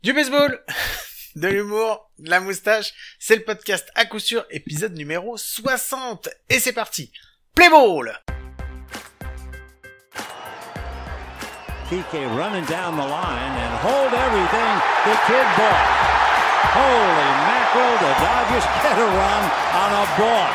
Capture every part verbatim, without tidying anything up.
Du baseball, de l'humour, de la moustache, c'est le podcast à coup sûr, épisode numéro soixante. Et c'est parti, play ball! P K running down the line and hold everything, the kid ball. Holy mackerel, the Dodgers get a run on a ball.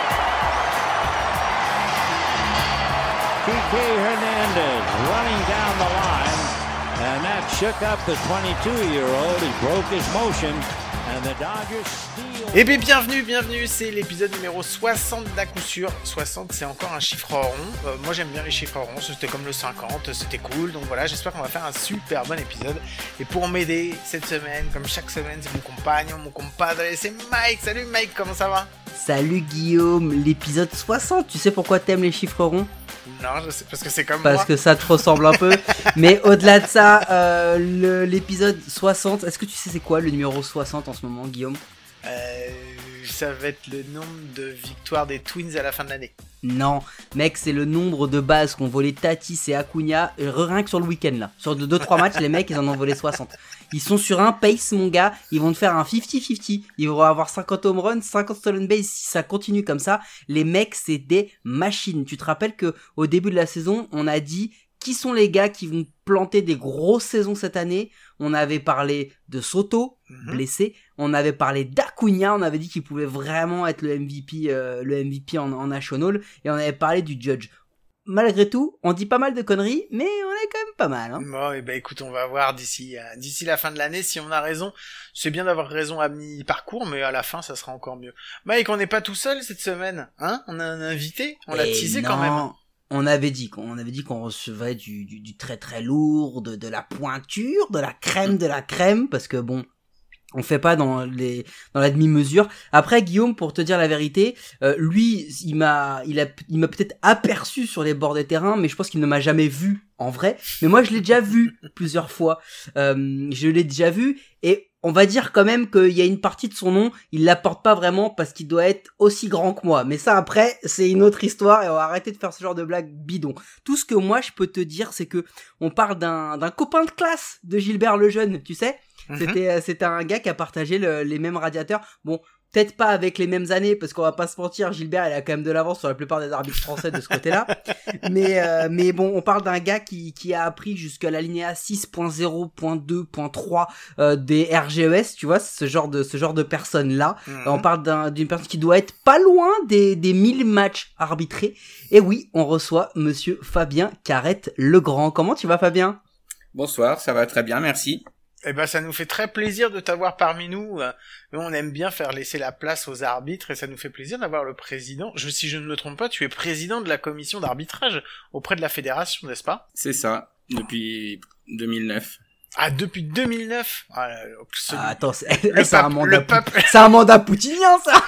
P K Hernandez running down the line, and that shook up the twenty-two-year-old. He broke his motion, and the Dodgers steal. Eh bien, bienvenue, bienvenue, c'est l'épisode numéro soixante d'à coup sûr. soixante, c'est encore un chiffre rond. Euh, moi, j'aime bien les chiffres ronds, c'était comme le cinquante, c'était cool. Donc voilà, j'espère qu'on va faire un super bon épisode. Et pour m'aider cette semaine, comme chaque semaine, c'est mon compagnon, mon compadre, c'est Mike. Salut Mike, comment ça va? Salut Guillaume, l'épisode soixante, tu sais pourquoi t'aimes les chiffres ronds? Non, je sais, parce que c'est comme Parce moi. que ça te ressemble un peu. Mais au-delà de ça, euh, le, l'épisode soixante, est-ce que tu sais c'est quoi le numéro soixante en ce moment, Guillaume? Euh, ça va être le nombre de victoires des Twins à la fin de l'année. Non, mec, c'est le nombre de bases qu'ont volé Tatis et Acuna, euh, rien que sur le week-end là. Sur deux trois matchs, les mecs, ils en ont volé soixante. Ils sont sur un pace, mon gars, ils vont te faire un cinquante cinquante. Ils vont avoir cinquante home runs, cinquante stolen base, si ça continue comme ça. Les mecs, c'est des machines. Tu te rappelles que au début de la saison, on a dit qui sont les gars qui vont planter des grosses saisons cette année. On avait parlé de Soto, mm-hmm. blessé. On avait parlé d'Acuna, on avait dit qu'il pouvait vraiment être le M V P, euh, le M V P en, en National. Et on avait parlé du Judge. Malgré tout, on dit pas mal de conneries, mais on est quand même pas mal. Hein. Bon, et ben écoute, on va voir d'ici, euh, d'ici la fin de l'année si on a raison. C'est bien d'avoir raison à mi-parcours, mais à la fin, ça sera encore mieux. Mike, on n'est pas tout seul cette semaine, hein? On a un invité, on l'a et teasé non. quand même. On avait dit qu'on avait dit qu'on recevait du, du, du très très lourd, de, de la pointure, de la crème de la crème, parce que bon, on fait pas dans les dans la demi-mesure. Après Guillaume, pour te dire la vérité, euh, lui, il m'a il a il m'a peut-être aperçu sur les bords des terrains, mais je pense qu'il ne m'a jamais vu en vrai. Mais moi, je l'ai déjà vu plusieurs fois. Euh, je l'ai déjà vu et on va dire quand même qu'il y a une partie de son nom, il la porte pas vraiment parce qu'il doit être aussi grand que moi. Mais ça après, c'est une autre histoire et on va arrêter de faire ce genre de blague bidon. Tout ce que moi je peux te dire, c'est que on parle d'un d'un copain de classe de Gilbert Lejeune, tu sais. Mm-hmm. C'était c'était un gars qui a partagé le, les mêmes radiateurs. Bon, peut-être pas avec les mêmes années parce qu'on va pas se mentir, Gilbert il a quand même de l'avance sur la plupart des arbitres français de ce côté-là. Mais euh, mais bon, on parle d'un gars qui qui a appris jusqu'à l'alinéa six point zéro point deux point trois euh, des R G E S, tu vois, ce genre de ce genre de personne là. Mm-hmm. On parle d'un, d'une personne qui doit être pas loin des des mille matchs arbitrés. Et oui, on reçoit monsieur Fabien Carrette Legrand. Comment tu vas, Fabien? Bonsoir, ça va très bien, merci. Eh ben, ça nous fait très plaisir de t'avoir parmi nous. On aime bien faire laisser la place aux arbitres et ça nous fait plaisir d'avoir le président. Je, si je ne me trompe pas, tu es président de la commission d'arbitrage auprès de la fédération, n'est-ce pas? C'est ça, depuis deux mille neuf. Ah, depuis deux mille neuf? Ah, ce... ah, attends, c'est, le c'est, pape, un mandat le pape... pou... c'est un mandat poutinien, ça.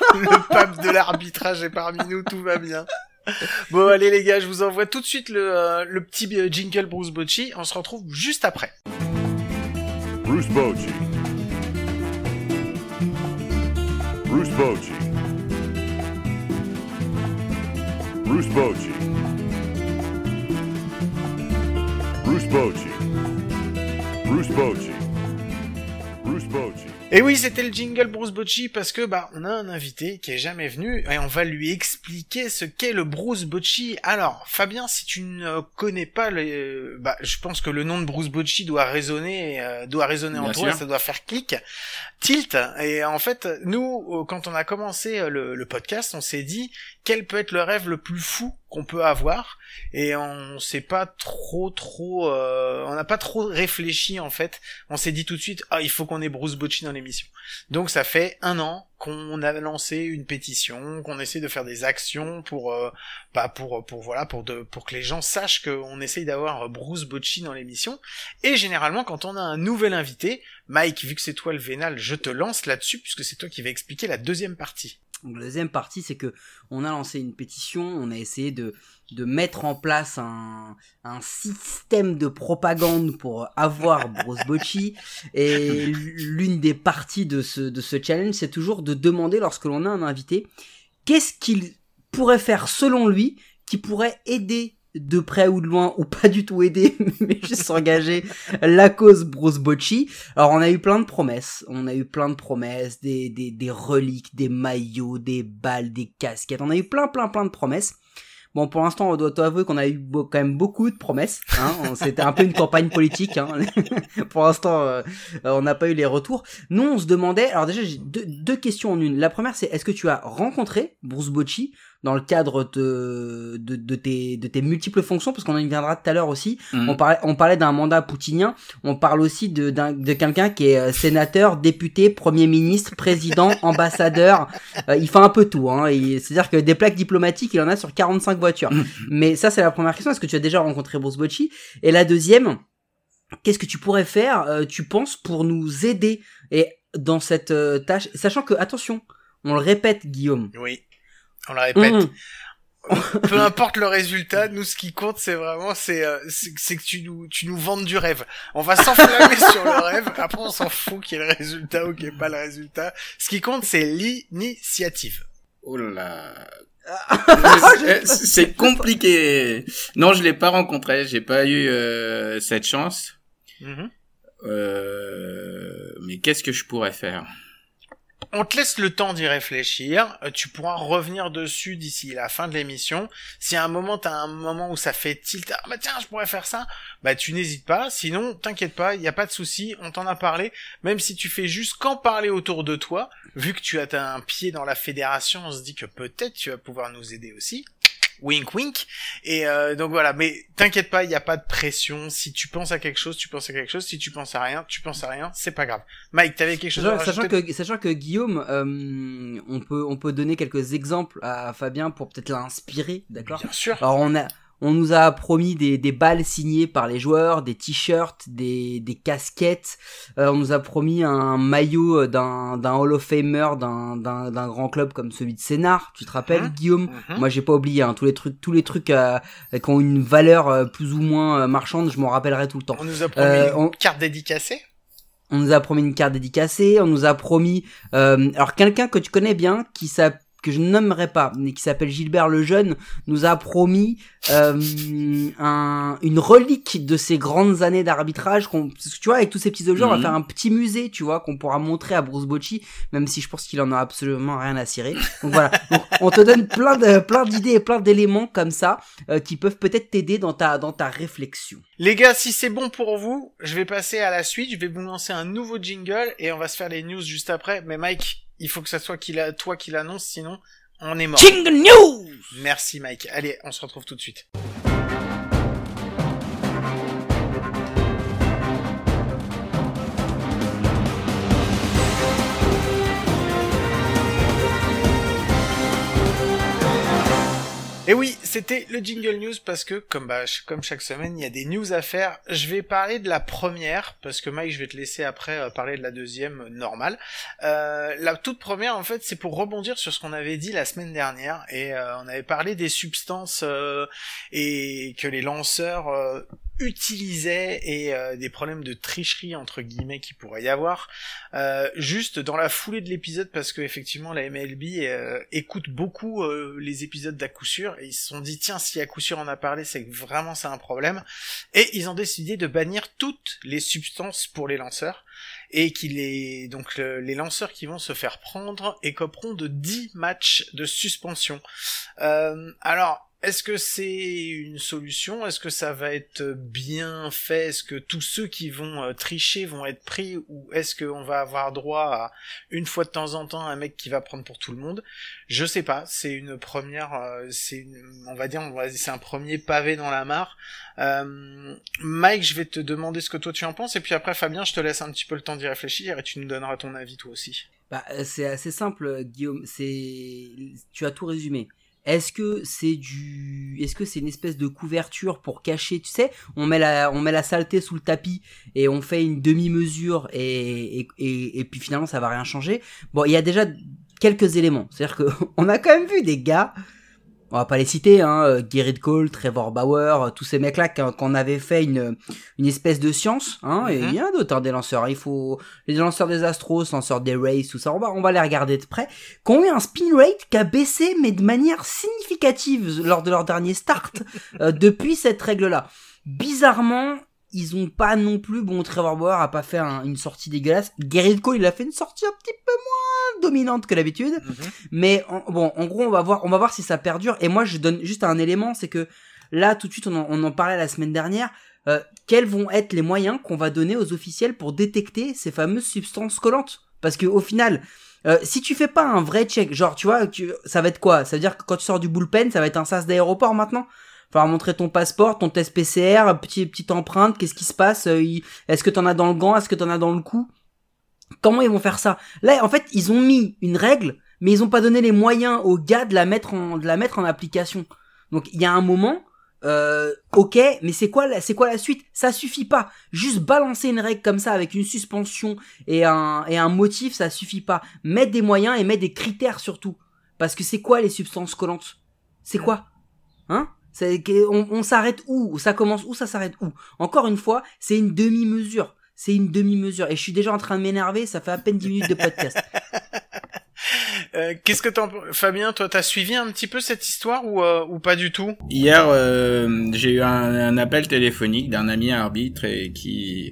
Le pape de l'arbitrage est parmi nous, tout va bien. Bon, allez les gars, je vous envoie tout de suite le, euh, le petit jingle Bruce Bochy. On se retrouve juste après. Bruce Bochy. Bruce Bochy. Bruce Bochy. Bruce Bochy. Bruce Bochy. Bruce Bochy. Et oui, c'était le jingle Bruce Bochy parce que bah on a un invité qui est jamais venu et on va lui expliquer ce qu'est le Bruce Bochy. Alors, Fabien, si tu ne connais pas le, bah je pense que le nom de Bruce Bochy doit résonner, euh, doit résonner en toi, ça doit faire clic, tilt. Et en fait, nous, quand on a commencé le, le podcast, on s'est dit quel peut être le rêve le plus fou qu'on peut avoir et on s'est pas trop trop euh, on n'a pas trop réfléchi en fait. On s'est dit tout de suite ah il faut qu'on ait Bruce Bochy dans l'émission. Donc ça fait un an qu'on a lancé une pétition, qu'on essaie de faire des actions pour euh, bah pour pour voilà pour de pour que les gens sachent qu'on essaye d'avoir Bruce Bochy dans l'émission. Et généralement quand on a un nouvel invité, Mike, vu que c'est toi le vénal, je te lance là-dessus puisque c'est toi qui vas expliquer la deuxième partie. Donc la deuxième partie, c'est que on a lancé une pétition, on a essayé de de mettre en place un un système de propagande pour avoir Bruce Bochy, et l'une des parties de ce de ce challenge, c'est toujours de demander lorsque l'on a un invité, qu'est-ce qu'il pourrait faire selon lui qui pourrait aider de près ou de loin, ou pas du tout aider, mais juste engager la cause Bruce Bocci. Alors on a eu plein de promesses, on a eu plein de promesses, des, des, des reliques, des maillots, des balles, des casquettes, on a eu plein plein plein de promesses. Bon, pour l'instant, on doit avouer qu'on a eu beau, quand même beaucoup de promesses. Hein. C'était un peu une campagne politique. Hein. Pour l'instant, euh, on n'a pas eu les retours. Nous, on se demandait... Alors déjà, j'ai deux, deux questions en une. La première, c'est est-ce que tu as rencontré Bruce Bocci dans le cadre de, de, de, tes, de tes multiples fonctions, parce qu'on en y viendra tout à l'heure aussi. Mmh. On parlait, on parlait d'un mandat poutinien. On parle aussi de, d'un, de quelqu'un qui est sénateur, député, premier ministre, président, ambassadeur. Euh, il fait un peu tout. Hein. Il, c'est-à-dire que des plaques diplomatiques, il en a sur quarante-cinq voitures. Mmh. Mais ça, c'est la première question. Est-ce que tu as déjà rencontré Bruce Bocci? Et la deuxième, qu'est-ce que tu pourrais faire, euh, tu penses, pour nous aider et dans cette euh, tâche, sachant que, attention, on le répète, Guillaume. Oui. On le répète. Mmh. Peu importe le résultat, nous ce qui compte c'est vraiment c'est euh, c'est, c'est que tu nous tu nous vendes du rêve. On va s'enflammer sur le rêve, après on s'en fout qu'il y ait le résultat ou qu'il n'y ait pas le résultat. Ce qui compte c'est l'initiative. Oh là. C'est compliqué. Non, je l'ai pas rencontré, j'ai pas eu euh, cette chance. Mmh. Euh, mais qu'est-ce que je pourrais faire? On te laisse le temps d'y réfléchir, tu pourras revenir dessus d'ici la fin de l'émission. Si à un moment t'as un moment où ça fait tilt, ah bah tiens je pourrais faire ça, bah tu n'hésites pas, sinon t'inquiète pas, il y a pas de souci, on t'en a parlé, même si tu fais juste qu'en parler autour de toi, vu que tu as un pied dans la fédération, on se dit que peut-être tu vas pouvoir nous aider aussi. Wink wink. Et euh, donc voilà, mais t'inquiète pas, il y a pas de pression. Si tu penses à quelque chose, tu penses à quelque chose. Si tu penses à rien, tu penses à rien. C'est pas grave. Mike, t'avais quelque chose sachant, à sachant rajouter? que sachant que Guillaume, euh, on peut on peut donner quelques exemples à Fabien pour peut-être l'inspirer, d'accord? Bien sûr. Alors on a on nous a promis des des balles signées par les joueurs, des t-shirts, des des casquettes. Euh, on nous a promis un maillot d'un d'un Hall of Famer d'un d'un d'un grand club comme celui de Sénart. Tu te rappelles, mmh. Guillaume? Mmh. Moi, j'ai pas oublié hein, tous les trucs tous les trucs euh, qui ont une valeur euh, plus ou moins euh, marchande. Je m'en rappellerai tout le temps. On nous a promis euh, une on... carte dédicacée. On nous a promis une carte dédicacée. On nous a promis euh, alors quelqu'un que tu connais bien qui s'appelle que je ne nommerai pas, mais qui s'appelle Gilbert Lejeune, nous a promis euh, un, une relique de ces grandes années d'arbitrage. Qu'on, tu vois, avec tous ces petits objets, mmh. on va faire un petit musée, tu vois, qu'on pourra montrer à Bruce Bocci, même si je pense qu'il en a absolument rien à cirer. Donc voilà, donc, on te donne plein de plein d'idées et plein d'éléments comme ça euh, qui peuvent peut-être t'aider dans ta dans ta réflexion. Les gars, si c'est bon pour vous, je vais passer à la suite. Je vais vous lancer un nouveau jingle et on va se faire les news juste après. Mais Mike, il faut que ça soit qu'il a, toi qui l'annonce, sinon on est mort. Jingle News! Merci Mike. Allez, on se retrouve tout de suite. Et oui, c'était le Jingle News parce que, comme bah, comme chaque semaine, il y a des news à faire. Je vais parler de la première, parce que Mike, je vais te laisser après euh, parler de la deuxième euh, normale. Euh, la toute première, en fait, c'est pour rebondir sur ce qu'on avait dit la semaine dernière, et euh, on avait parlé des substances euh, et que les lanceurs euh, utilisaient et euh, des problèmes de tricherie entre guillemets qui pourrait y avoir. Euh, juste dans la foulée de l'épisode, parce que effectivement la M L B euh, écoute beaucoup euh, les épisodes d'à coup sûr, et ils se sont dit tiens, si à coup sûr on a parlé, c'est que vraiment c'est un problème, et ils ont décidé de bannir toutes les substances pour les lanceurs, et qu'il est donc le, les lanceurs qui vont se faire prendre écoperont de dix matchs de suspension. Euh, alors est-ce que c'est une solution? Est-ce que ça va être bien fait? Est-ce que tous ceux qui vont euh, tricher vont être pris? Ou est-ce qu'on va avoir droit à, une fois de temps en temps, un mec qui va prendre pour tout le monde? Je sais pas, c'est une première, euh, c'est une, on va dire, on va, c'est un premier pavé dans la mare. Euh, Mike, je vais te demander ce que toi tu en penses, et puis après Fabien, je te laisse un petit peu le temps d'y réfléchir, et tu nous donneras ton avis toi aussi. Bah, c'est assez simple, Guillaume, c'est, tu as tout résumé. Est-ce que c'est du, est-ce que c'est une espèce de couverture pour cacher, tu sais, on met la, on met la saleté sous le tapis et on fait une demi-mesure et, et, et, et puis finalement ça va rien changer. Bon, il y a déjà quelques éléments. C'est-à-dire que on a quand même vu des gars on va pas les citer, hein, Gerrit Cole, Trevor Bauer, tous ces mecs-là qu'on avait fait une une espèce de science, hein, mm-hmm. et il y en a d'autres, hein, des lanceurs, il faut les lanceurs des Astros, lanceurs des Rays, tout ça, on va on va les regarder de près, qui ont eu un spin rate qui a baissé mais de manière significative lors de leur dernier start euh, depuis cette règle-là. Bizarrement, ils ont pas non plus, bon, Trevor Bauer a pas fait un, une sortie dégueulasse. Gerrit Cole, il a fait une sortie un petit peu moins dominante que d'habitude. Mm-hmm. Mais, en, bon, en gros, on va voir, on va voir si ça perdure. Et moi, je donne juste un élément, c'est que là, tout de suite, on en, on en parlait la semaine dernière. Euh, quels vont être les moyens qu'on va donner aux officiels pour détecter ces fameuses substances collantes? Parce que, au final, euh, si tu fais pas un vrai check, genre, tu vois, tu, ça va être quoi? Ça veut dire que quand tu sors du bullpen, ça va être un sas d'aéroport maintenant? Falloir montrer ton passeport, ton test P C R, petit, petite empreinte, qu'est-ce qui se passe, est-ce que t'en as dans le gant, est-ce que t'en as dans le cou? Comment ils vont faire ça? Là, en fait, ils ont mis une règle, mais ils ont pas donné les moyens aux gars de la mettre en, de la mettre en application. Donc, il y a un moment, euh, ok, mais c'est quoi la, c'est quoi la suite? Ça suffit pas. Juste balancer une règle comme ça avec une suspension et un, et un motif, ça suffit pas. Mettre des moyens et mettre des critères surtout. Parce que c'est quoi les substances collantes? C'est quoi? Hein? C'est, on, on s'arrête où? Ça commence où? Ça s'arrête où? Encore une fois, c'est une demi-mesure. C'est une demi-mesure. Et je suis déjà en train de m'énerver, ça fait à peine dix minutes de podcast. euh, qu'est-ce que t'en... Fabien, toi, t'as suivi un petit peu cette histoire ou, euh, ou pas du tout? Hier, euh, j'ai eu un, un appel téléphonique d'un ami arbitre et qui...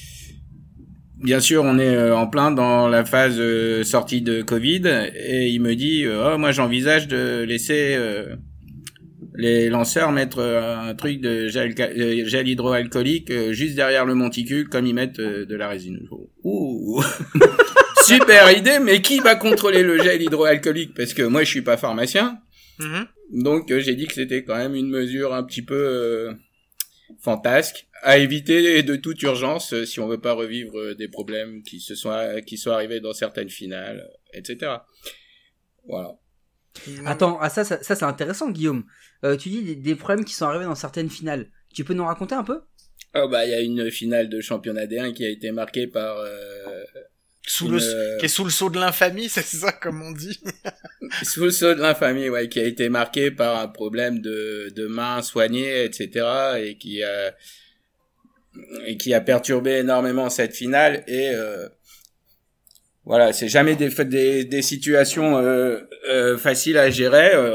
Bien sûr, on est en plein dans la phase euh, sortie de Covid et il me dit euh, « Oh, moi j'envisage de laisser... Euh, les lanceurs mettre un truc de gel, gel hydroalcoolique juste derrière le monticule comme ils mettent de la résine. » Ouh. Super idée, mais qui va contrôler le gel hydroalcoolique? Parce que moi je suis pas pharmacien. Mm-hmm. Donc j'ai dit que c'était quand même une mesure un petit peu euh, fantasque à éviter de toute urgence si on veut pas revivre des problèmes qui se sont qui sont arrivés dans certaines finales, et cetera. Voilà. Attends, ah ça, ça, ça c'est intéressant, Guillaume. Euh, tu dis des, des problèmes qui sont arrivés dans certaines finales. Tu peux nous raconter un peu? Oh bah il y a une finale de championnat D un qui a été marquée par euh, sous une, le euh... qui est sous le sceau de l'infamie, c'est ça comme on dit. Sous le sceau de l'infamie, ouais, qui a été marquée par un problème de de main soignée, et cetera et qui a et qui a perturbé énormément cette finale et euh, voilà, c'est jamais des des, des situations euh, euh, faciles à gérer, euh,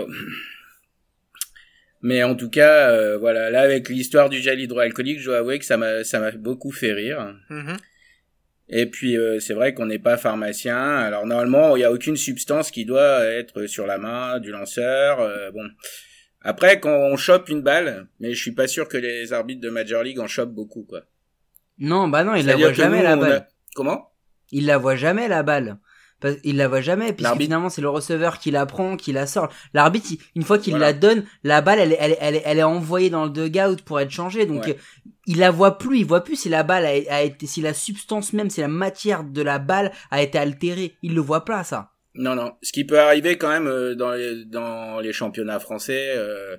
mais en tout cas, euh, voilà, là avec l'histoire du gel hydroalcoolique, je dois avouer que ça m'a ça m'a beaucoup fait rire. Mm-hmm. Et puis euh, c'est vrai qu'on n'est pas pharmacien, alors normalement il y a aucune substance qui doit être sur la main du lanceur. Euh, bon, après quand on chope une balle, mais je suis pas sûr que les arbitres de Major League en chopent beaucoup, quoi. Non, bah non, ils la voient jamais la balle. A... Comment? Il la voit jamais la balle. Il la voit jamais puisque l'arbitre... finalement c'est le receveur qui la prend, qui la sort. L'arbitre, une fois qu'il voilà. la donne, la balle elle, elle, elle, elle est envoyée dans le dugout pour être changée. Donc ouais. il la voit plus, il voit plus si la balle a, a été, si la substance même, si la matière de la balle a été altérée. Il le voit pas ça. Non non. Ce qui peut arriver quand même euh, dans les, dans les championnats français euh,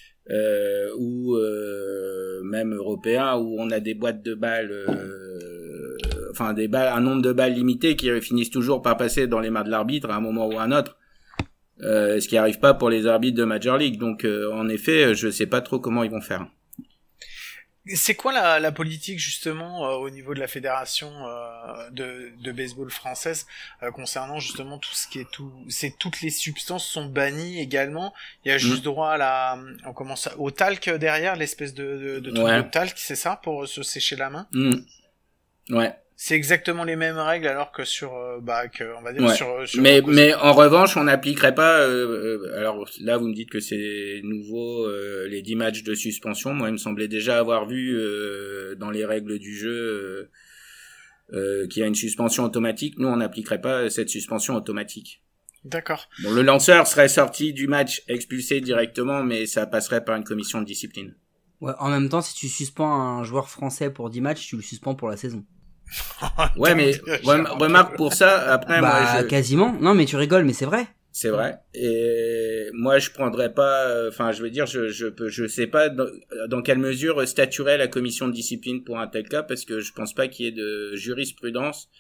euh, ou euh, même européens où on a des boîtes de balles. Euh, enfin des balles, un nombre de balles limité qui finissent toujours par passer dans les mains de l'arbitre à un moment ou à un autre, euh, ce qui arrive pas pour les arbitres de Major League. Donc euh, en effet, je sais pas trop comment ils vont faire. C'est quoi la, la politique justement euh, au niveau de la fédération euh, de, de baseball française euh, concernant justement tout ce qui est tout, c'est toutes les substances sont bannies également. Il y a juste mmh. droit à la, on commence au talc derrière, l'espèce de, de, de truc ouais. de talc, c'est ça, pour se sécher la main. Mmh. Ouais. C'est exactement les mêmes règles alors que sur euh, bah que on va dire ouais. sur, sur mais mais en revanche on n'appliquerait pas euh, euh, alors là vous me dites que c'est nouveau euh, les dix matchs de suspension. Moi il me semblait déjà avoir vu euh, dans les règles du jeu euh, euh, qu'il y a une suspension automatique. Nous on n'appliquerait pas cette suspension automatique. D'accord. Bon, le lanceur serait sorti du match expulsé directement, mais ça passerait par une commission de discipline. Ouais, en même temps si tu suspends un joueur français pour dix matchs, tu le suspends pour la saison. Ouais, mais remarque pour ça, après bah, moi je... quasiment. Non, mais tu rigoles, mais c'est vrai. C'est vrai. Et moi je prendrais pas, enfin je veux dire, je je peux, je sais pas dans, dans quelle mesure statuerait la commission de discipline pour un tel cas, parce que je pense pas qu'il y ait de jurisprudence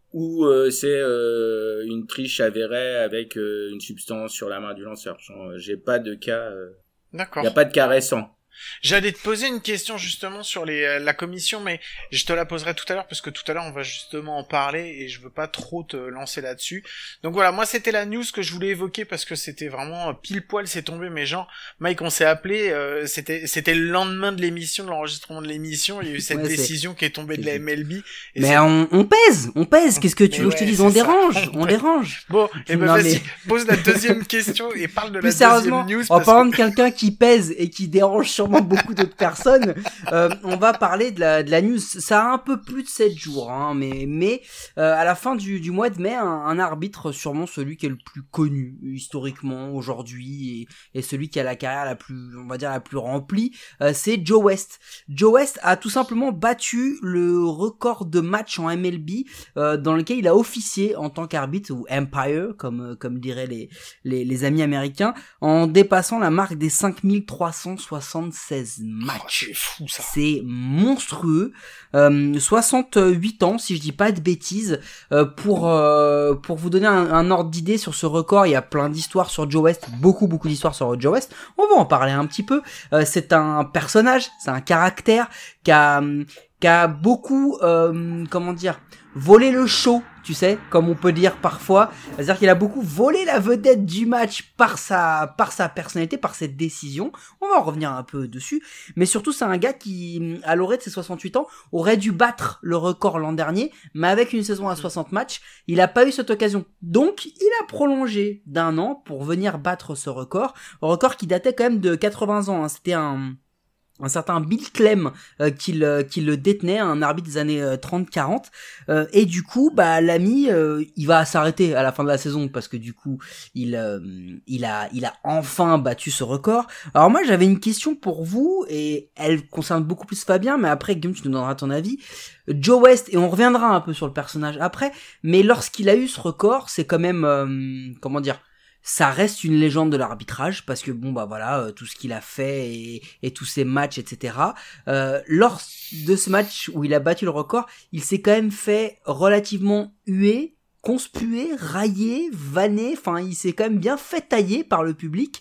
ou euh, c'est euh, une triche avérée avec euh, une substance sur la main du lanceur. Genre, j'ai pas de cas. Il euh, D'accord. y a pas de cas récent. J'allais te poser une question justement sur les euh, la commission, mais je te la poserai tout à l'heure parce que tout à l'heure on va justement en parler et je veux pas trop te lancer là-dessus. Donc voilà, moi c'était la news que je voulais évoquer parce que c'était vraiment euh, pile poil, c'est tombé. Mais genre, Mike, on s'est appelé, euh, c'était c'était le lendemain de l'émission, de l'enregistrement de l'émission, il y a eu cette Ouais, décision qui est tombée de la M L B. Et mais c'est... on, on pèse, on pèse. Qu'est-ce que tu Mais veux que je te ouais, dise? On c'est ça. dérange, On on pèse. dérange. Bon, et ben Non, vas-y, mais- pose la deuxième question et parle de Plus la sérieusement, deuxième news. en Parce parlant que... de quelqu'un qui pèse et qui dérange sûrement beaucoup d'autres personnes, euh, on va parler de la, de la news. Ça a un peu plus de sept jours, hein, mais, mais euh, à la fin du, du mois de mai, un, un arbitre, sûrement celui qui est le plus connu historiquement aujourd'hui et, et celui qui a la carrière la plus, on va dire la plus remplie, euh, c'est Joe West. Joe West a tout simplement battu le record de match en M L B euh, dans lequel il a officié en tant qu'arbitre, ou umpire comme comme diraient les les, les amis américains, en dépassant la marque des cinq mille trois cent soixante-seize matchs. Oh, c'est fou ça. C'est monstrueux. Euh, soixante-huit ans, si je dis pas de bêtises. Euh, pour euh, pour vous donner un, un ordre d'idée sur ce record, il y a plein d'histoires sur Joe West, beaucoup beaucoup d'histoires sur Joe West. On va en parler un petit peu. Euh, c'est un personnage, c'est un caractère qui a qui a beaucoup, euh, comment dire, volé le show, tu sais, comme on peut dire parfois. C'est-à-dire qu'il a beaucoup volé la vedette du match par sa, par sa personnalité, par ses décisions. On va en revenir un peu dessus. Mais surtout, c'est un gars qui, à l'orée de ses soixante-huit ans, aurait dû battre le record l'an dernier, mais avec une saison à soixante matchs, il a pas eu cette occasion. Donc, il a prolongé d'un an pour venir battre ce record. Un record qui datait quand même de quatre-vingts ans, hein. C'était un... un certain Bill Clem euh, qui, le, qui le détenait, un arbitre des années euh, trente quarante, euh, et du coup bah l'ami euh, il va s'arrêter à la fin de la saison parce que du coup il euh, il a il a enfin battu ce record. Alors moi j'avais une question pour vous et elle concerne beaucoup plus Fabien, mais après Guillaume tu nous donneras ton avis. Joe West, et on reviendra un peu sur le personnage après, mais lorsqu'il a eu ce record, c'est quand même euh, comment dire, ça reste une légende de l'arbitrage parce que bon bah voilà euh, tout ce qu'il a fait et, et tous ses matchs etc. Euh, lors de ce match où il a battu le record, il s'est quand même fait relativement huer, conspuer, railler, vanner. Enfin il s'est quand même bien fait tailler par le public.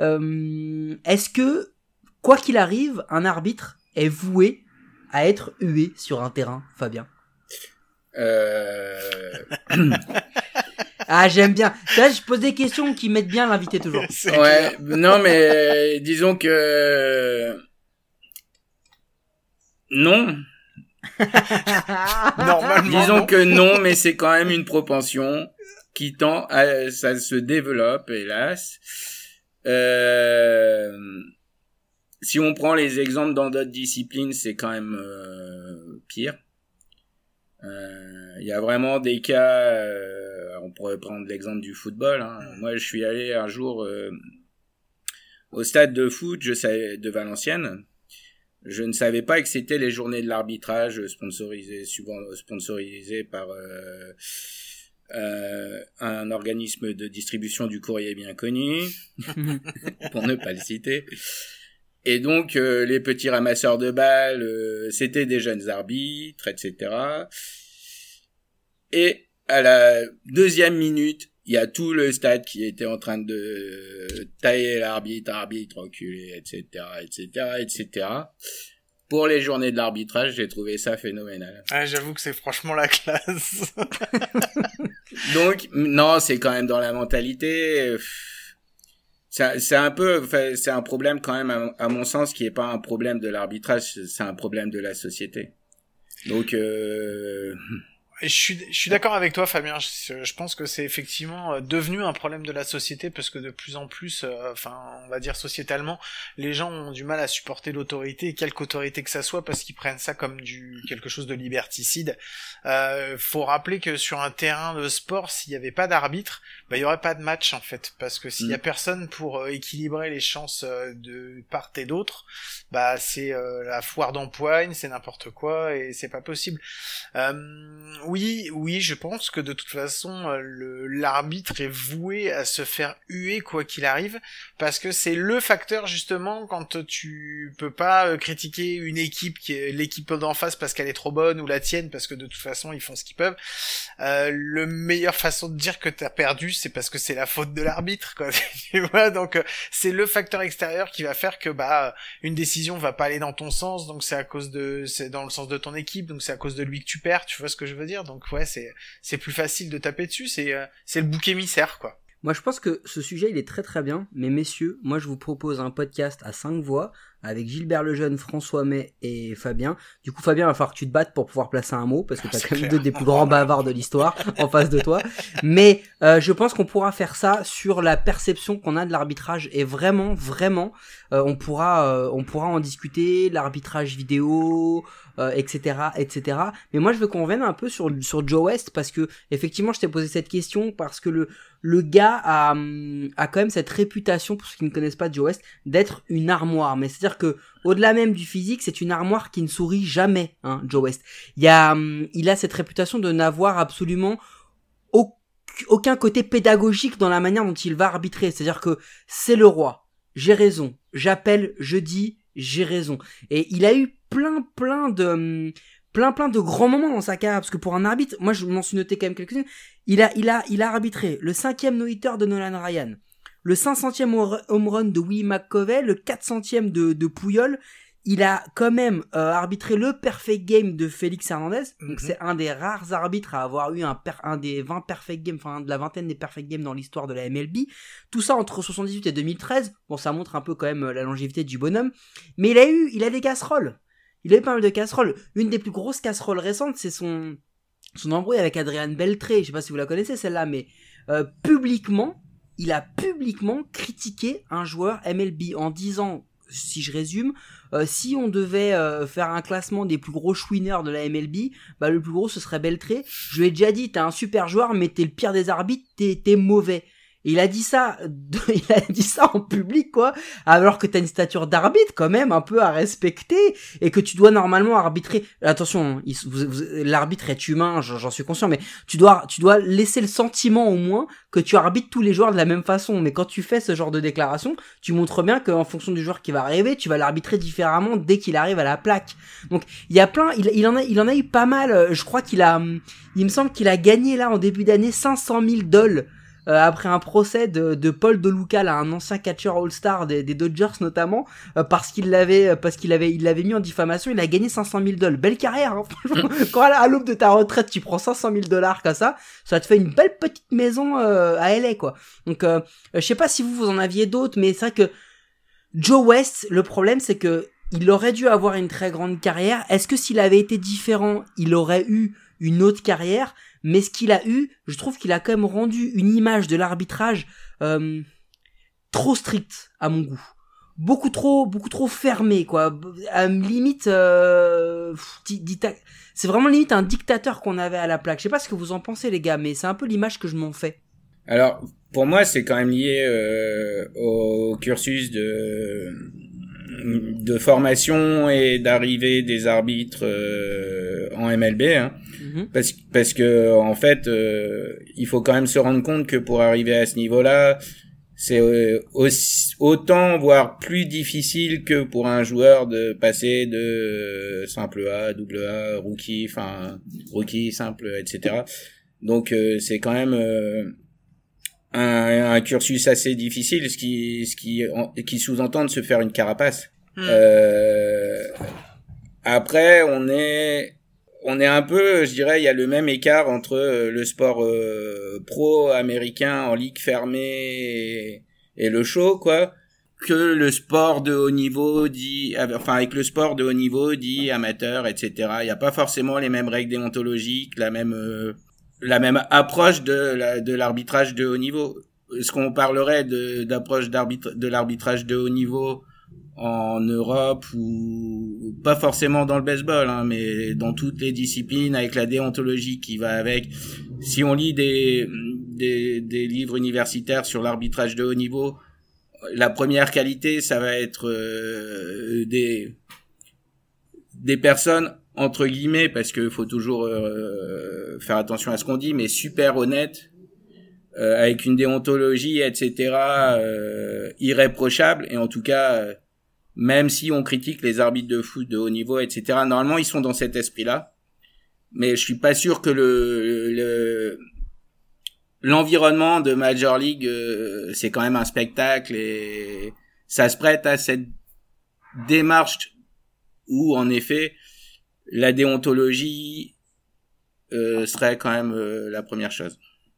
Euh, est-ce que quoi qu'il arrive, un arbitre est voué à être hué sur un terrain, Fabien? Euh... Ah, j'aime bien. Là, je pose des questions qui mettent bien l'invité toujours. C'est ouais, clair. non mais disons que non. Normalement. Disons non. que non, mais c'est quand même une propension qui tend à ça se développe, hélas. Euh... Si on prend les exemples dans d'autres disciplines, c'est quand même euh, pire. Il euh, y a vraiment des cas, euh, on pourrait prendre l'exemple du football. Hein. Moi, je suis allé un jour euh, au stade de foot, je savais, de Valenciennes. Je ne savais pas que c'était les journées de l'arbitrage sponsorisées, souvent sponsorisées par euh, euh, un organisme de distribution du courrier bien connu, pour ne pas le citer. Et donc, euh, les petits ramasseurs de balles, euh, c'était des jeunes arbitres, et cetera. Et à la deuxième minute, il y a tout le stade qui était en train de tailler l'arbitre, arbitre, enculé, et cetera, et cetera, et cetera. Pour les journées de l'arbitrage, j'ai trouvé ça phénoménal. Ah, j'avoue que c'est franchement la classe. Donc, non, c'est quand même dans la mentalité. C'est, c'est un peu, enfin, c'est un problème quand même, à, à mon sens, qui est pas un problème de l'arbitrage, c'est un problème de la société. Donc, euh... Je suis, je suis d'accord avec toi, Fabien. Je, je pense que c'est effectivement devenu un problème de la société parce que de plus en plus, euh, enfin, on va dire sociétalement, les gens ont du mal à supporter l'autorité, quelque autorité que ça soit, parce qu'ils prennent ça comme du quelque chose de liberticide. Euh, faut rappeler que sur un terrain de sport, s'il y avait pas d'arbitre, bah il y aurait pas de match en fait, parce que s'il y a personne pour euh, équilibrer les chances euh, de part et d'autre, bah c'est euh, la foire d'empoigne, c'est n'importe quoi et c'est pas possible. Euh, oui, oui, je pense que de toute façon, euh, le, l'arbitre est voué à se faire huer quoi qu'il arrive, parce que c'est le facteur justement quand tu peux pas euh, critiquer une équipe qui est l'équipe d'en face parce qu'elle est trop bonne ou la tienne parce que de toute façon ils font ce qu'ils peuvent. Euh, le meilleure façon de dire que t'as perdu, c'est parce que c'est la faute de l'arbitre, quoi. Tu vois, donc euh, c'est le facteur extérieur qui va faire que bah une décision va pas aller dans ton sens, donc c'est à cause de, c'est dans le sens de ton équipe, donc c'est à cause de lui que tu perds. Tu vois ce que je veux dire? Donc ouais, c'est c'est plus facile de taper dessus, c'est euh, c'est le bouc émissaire, quoi. Moi, je pense que ce sujet, il est très très bien. Mais messieurs, moi, je vous propose un podcast à cinq voix avec Gilbert Lejeune, François May et Fabien. Du coup, Fabien, il va falloir que tu te battes pour pouvoir placer un mot, parce que t'as C'est quand même clair. deux des plus grands bavards de l'histoire en face de toi. Mais euh, je pense qu'on pourra faire ça sur la perception qu'on a de l'arbitrage. Et vraiment, vraiment, euh, on pourra euh, on pourra en discuter, l'arbitrage vidéo, euh, et cetera, et cetera. Mais moi, je veux qu'on revienne un peu sur sur Joe West, parce que effectivement, je t'ai posé cette question parce que le le gars a, a quand même cette réputation, pour ceux qui ne connaissent pas Joe West, d'être une armoire. Mais c'est-à-dire que, au-delà même du physique, c'est une armoire qui ne sourit jamais, hein, Joe West. Il y a, il a cette réputation de n'avoir absolument au, aucun côté pédagogique dans la manière dont il va arbitrer. C'est-à-dire que c'est le roi. J'ai raison. J'appelle, je dis, j'ai raison. Et il a eu plein, plein de, plein, plein de grands moments dans sa carrière. Parce que pour un arbitre, moi, je m'en suis noté quand même quelques-unes. Il a, il a, il a arbitré le cinquième no-hitter de Nolan Ryan, le cinq centième home run de Willie McCovey, le quatre centième de, de Puyol. Il a quand même euh, arbitré le perfect game de Félix Hernandez. Donc mm-hmm. C'est un des rares arbitres à avoir eu un, per, un des vingt perfect games, enfin de la vingtaine des perfect games dans l'histoire de la M L B. Tout ça entre soixante-dix-huit et deux mille treize. Bon, ça montre un peu quand même la longévité du bonhomme. Mais il a eu, il a des casseroles. Il a eu pas mal de casseroles. Une des plus grosses casseroles récentes, c'est son son embrouille avec Adrian Beltré. Je sais pas si vous la connaissez celle-là, mais euh, publiquement, il a publiquement critiqué un joueur M L B en disant, si je résume, euh, si on devait euh, faire un classement des plus gros chouineurs de la M L B, bah le plus gros ce serait Beltré. Je lui ai déjà dit, t'es un super joueur, mais t'es le pire des arbitres, t'es, t'es mauvais. Et il a dit ça, de, il a dit ça en public, quoi, alors que t'as une stature d'arbitre, quand même, un peu à respecter, et que tu dois normalement arbitrer. Attention, il, vous, vous, l'arbitre est humain, j'en, j'en suis conscient, mais tu dois, tu dois laisser le sentiment, au moins, que tu arbitres tous les joueurs de la même façon. Mais quand tu fais ce genre de déclaration, tu montres bien qu'en fonction du joueur qui va arriver, tu vas l'arbitrer différemment dès qu'il arrive à la plaque. Donc, il y a plein, il, il en a, il en a eu pas mal. Je crois qu'il a, il me semble qu'il a gagné, là, en début d'année, cinq cent mille dollars. Euh, après un procès de, de Paul DeLuca, là, un ancien catcheur All-Star des, des Dodgers notamment, euh, parce qu'il l'avait, parce qu'il avait, il l'avait mis en diffamation, il a gagné cinq cent mille dollars. Belle carrière, hein, franchement. Quand à l'aube de ta retraite, tu prends cinq cent mille dollars comme ça, ça te fait une belle petite maison euh, à L A, quoi. Donc, euh, je sais pas si vous, vous en aviez d'autres, mais c'est vrai que Joe West, le problème, c'est que il aurait dû avoir une très grande carrière. Est-ce que s'il avait été différent, il aurait eu une autre carrière? Mais ce qu'il a eu, je trouve qu'il a quand même rendu une image de l'arbitrage euh, trop stricte à mon goût, beaucoup trop, beaucoup trop fermée, quoi. À limite, euh, dita- c'est vraiment limite un dictateur qu'on avait à la plaque. Je sais pas ce que vous en pensez, les gars, mais c'est un peu l'image que je m'en fais. Alors, pour moi, c'est quand même lié euh, au cursus de de formation et d'arrivée des arbitres euh, en M L B, hein. Mm-hmm. parce parce que en fait euh, il faut quand même se rendre compte que pour arriver à ce niveau-là, c'est euh, aussi, autant voire plus difficile que pour un joueur de passer de euh, simple A, double A, rookie, enfin rookie, simple, et cetera. Donc euh, c'est quand même euh, un, un cursus assez difficile, ce qui ce qui qui sous-entend de se faire une carapace. Hmm. Euh, après, on est on est un peu, je dirais, il y a le même écart entre le sport euh, pro américain en ligue fermée et, et le show, quoi, que le sport de haut niveau dit, enfin avec le sport de haut niveau dit amateur, et cetera. Il n'y a pas forcément les mêmes règles déontologiques, la même euh, la même approche de la, de l'arbitrage de haut niveau. Est-ce qu'on parlerait de d'approche d'arbitre de l'arbitrage de haut niveau en Europe ou pas forcément dans le baseball, hein, mais dans toutes les disciplines avec la déontologie qui va avec. Si on lit des des, des livres universitaires sur l'arbitrage de haut niveau, la première qualité, ça va être euh, des des personnes entre guillemets, parce que faut toujours euh, faire attention à ce qu'on dit, mais super honnête, euh, avec une déontologie, et cetera, euh, irréprochable, et en tout cas, euh, même si on critique les arbitres de foot de haut niveau, et cetera, normalement, ils sont dans cet esprit-là, mais je suis pas sûr que le... le l'environnement de Major League, euh, c'est quand même un spectacle, et ça se prête à cette démarche où, en effet, la déontologie euh, serait quand même euh, la première chose.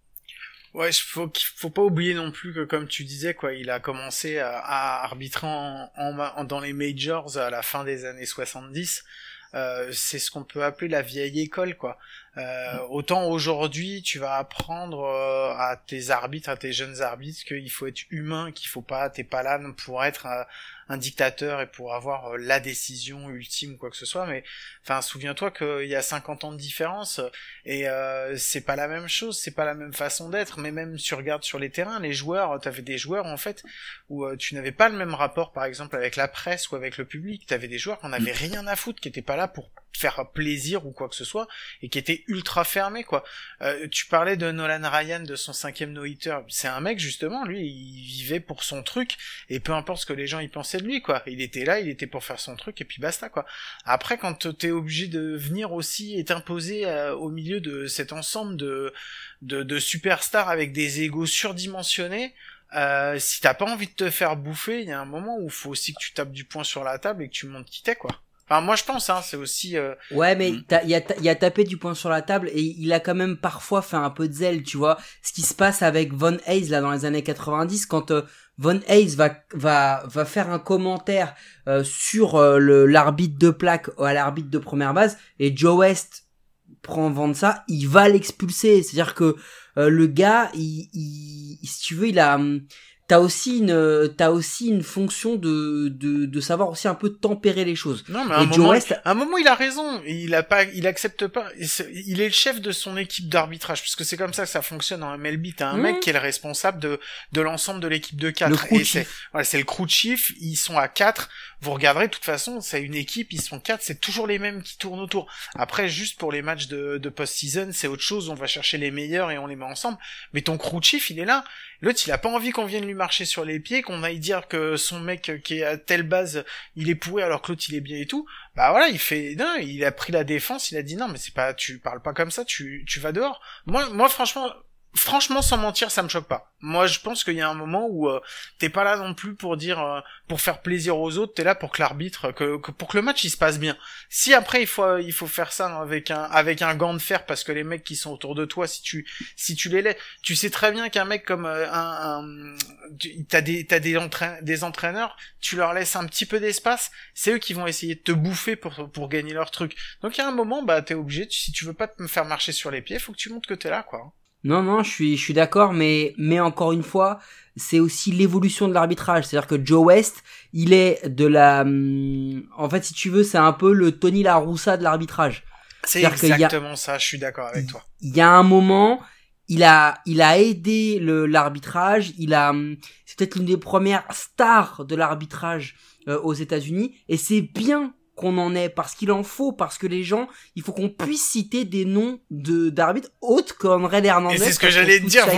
Ouais, faut faut pas oublier non plus que, comme tu disais, quoi, il a commencé à, à arbitrer en, en, en dans les majors à la fin des années soixante-dix. Euh, c'est ce qu'on peut appeler la vieille école, quoi. Euh, autant aujourd'hui, tu vas apprendre euh, à tes arbitres, à tes jeunes arbitres, qu'il faut être humain, qu'il faut pas, t'es pas là pour être euh, un dictateur et pour avoir euh, la décision ultime, quoi que ce soit. Mais, enfin, souviens-toi qu'il y a cinquante ans de différence et euh, c'est pas la même chose, c'est pas la même façon d'être. Mais même si tu regardes sur les terrains, les joueurs, t'avais des joueurs en fait où euh, tu n'avais pas le même rapport, par exemple, avec la presse ou avec le public. T'avais des joueurs qu'on avait rien à foutre, qui étaient pas là pour faire plaisir ou quoi que ce soit, et qui était ultra fermé, quoi. Euh, tu parlais de Nolan Ryan, de son cinquième no-hitter. C'est un mec, justement, lui, il vivait pour son truc, et peu importe ce que les gens y pensaient de lui, quoi. Il était là, il était pour faire son truc, et puis basta, quoi. Après, quand t'es obligé de venir aussi et t'imposer euh, au milieu de cet ensemble de, de, de superstars avec des égos surdimensionnés, euh, si t'as pas envie de te faire bouffer, il y a un moment où il faut aussi que tu tapes du poing sur la table et que tu montes qui t'es, quoi. Enfin, moi je pense, hein, c'est aussi... Euh... Ouais, mais il y a, y a tapé du poing sur la table et il a quand même parfois fait un peu de zèle, tu vois. Ce qui se passe avec Von Hayes, là, dans les années quatre-vingt-dix, quand euh, Von Hayes va, va, va faire un commentaire euh, sur euh, le, l'arbitre de plaque à l'arbitre de première base, et Joe West prend vent de ça, il va l'expulser. C'est-à-dire que euh, le gars, il, il, si tu veux, il a... T'as aussi une, t'as aussi une fonction de, de, de savoir aussi un peu tempérer les choses. Non, mais à un, moment, West... à un moment, il a raison. Il a pas, il accepte pas. Il est le chef de son équipe d'arbitrage, puisque c'est comme ça que ça fonctionne en M L B. T'as un mmh. mec qui est le responsable de, de l'ensemble de l'équipe de quatre. Le crew et c'est, voilà, c'est le crew chief. Ils sont à quatre. Vous regarderez, de toute façon, c'est une équipe, ils sont quatre, c'est toujours les mêmes qui tournent autour. Après, juste pour les matchs de, de post-season, c'est autre chose, on va chercher les meilleurs et on les met ensemble. Mais ton crew chief, il est là. L'autre, il a pas envie qu'on vienne lui marcher sur les pieds, qu'on aille dire que son mec qui est à telle base, il est pourri alors que l'autre, il est bien et tout. Bah voilà, il fait, non, il a pris la défense, il a dit non, mais c'est pas, tu parles pas comme ça, tu, tu vas dehors. Moi, moi, franchement, Franchement, sans mentir, ça me choque pas. Moi, je pense qu'il y a un moment où euh, t'es pas là non plus pour dire, euh, pour faire plaisir aux autres. T'es là pour que l'arbitre, que, que pour que le match il se passe bien. Si après il faut, il faut faire ça avec un, avec un gant de fer parce que les mecs qui sont autour de toi, si tu, si tu les laisses, tu sais très bien qu'un mec comme euh, un, un tu, t'as des, t'as des, entraîn- des entraîneurs, tu leur laisses un petit peu d'espace, c'est eux qui vont essayer de te bouffer pour, pour gagner leur truc. Donc il y a un moment, bah t'es obligé, si tu veux pas te faire marcher sur les pieds, faut que tu montres que t'es là, quoi. Non, non, je suis, je suis d'accord, mais, mais encore une fois, c'est aussi l'évolution de l'arbitrage. C'est-à-dire que Joe West, il est de la, hum, en fait, si tu veux, c'est un peu le Tony La Russa de l'arbitrage. C'est exactement a, ça, je suis d'accord avec toi. Il y a un moment, il a, il a aidé le, l'arbitrage, il a, c'est peut-être l'une des premières stars de l'arbitrage euh, aux États-Unis, et c'est bien qu'on en ait, parce qu'il en faut, parce que les gens, il faut qu'on puisse citer des noms de d'arbitres autres qu'André Hernandez. Et c'est ce que j'allais te dire,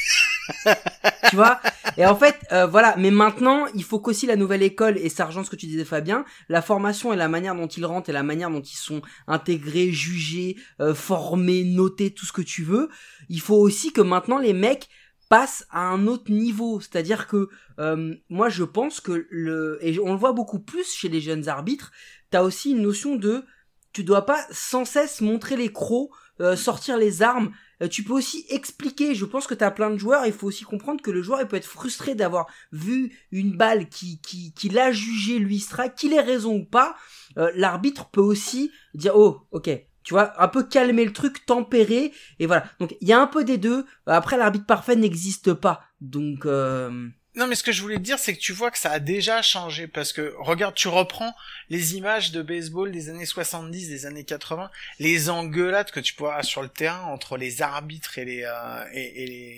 vous tu vois. Et en fait, euh, voilà. Mais maintenant, il faut qu'aussi la nouvelle école, et ça rejoint ce que tu disais, Fabien, la formation et la manière dont ils rentrent et la manière dont ils sont intégrés, jugés, euh, formés, notés, tout ce que tu veux. Il faut aussi que maintenant les mecs passe à un autre niveau, c'est-à-dire que euh, moi je pense que le et on le voit beaucoup plus chez les jeunes arbitres, t'as aussi une notion de tu dois pas sans cesse montrer les crocs, euh, sortir les armes, euh, tu peux aussi expliquer. Je pense que t'as plein de joueurs, il faut aussi comprendre que le joueur il peut être frustré d'avoir vu une balle qui qui qui l'a jugé lui strike, qu'il ait raison ou pas, euh, l'arbitre peut aussi dire oh ok. Tu vois, un peu calmer le truc, tempérer, et voilà. Donc, il y a un peu des deux. Après, l'arbitre parfait n'existe pas. Donc, euh... Non, mais ce que je voulais te dire, c'est que tu vois que ça a déjà changé, parce que, regarde, tu reprends les images de baseball des années soixante-dix, des années quatre-vingts, les engueulades que tu peux avoir sur le terrain entre les arbitres et les, euh, et, et les,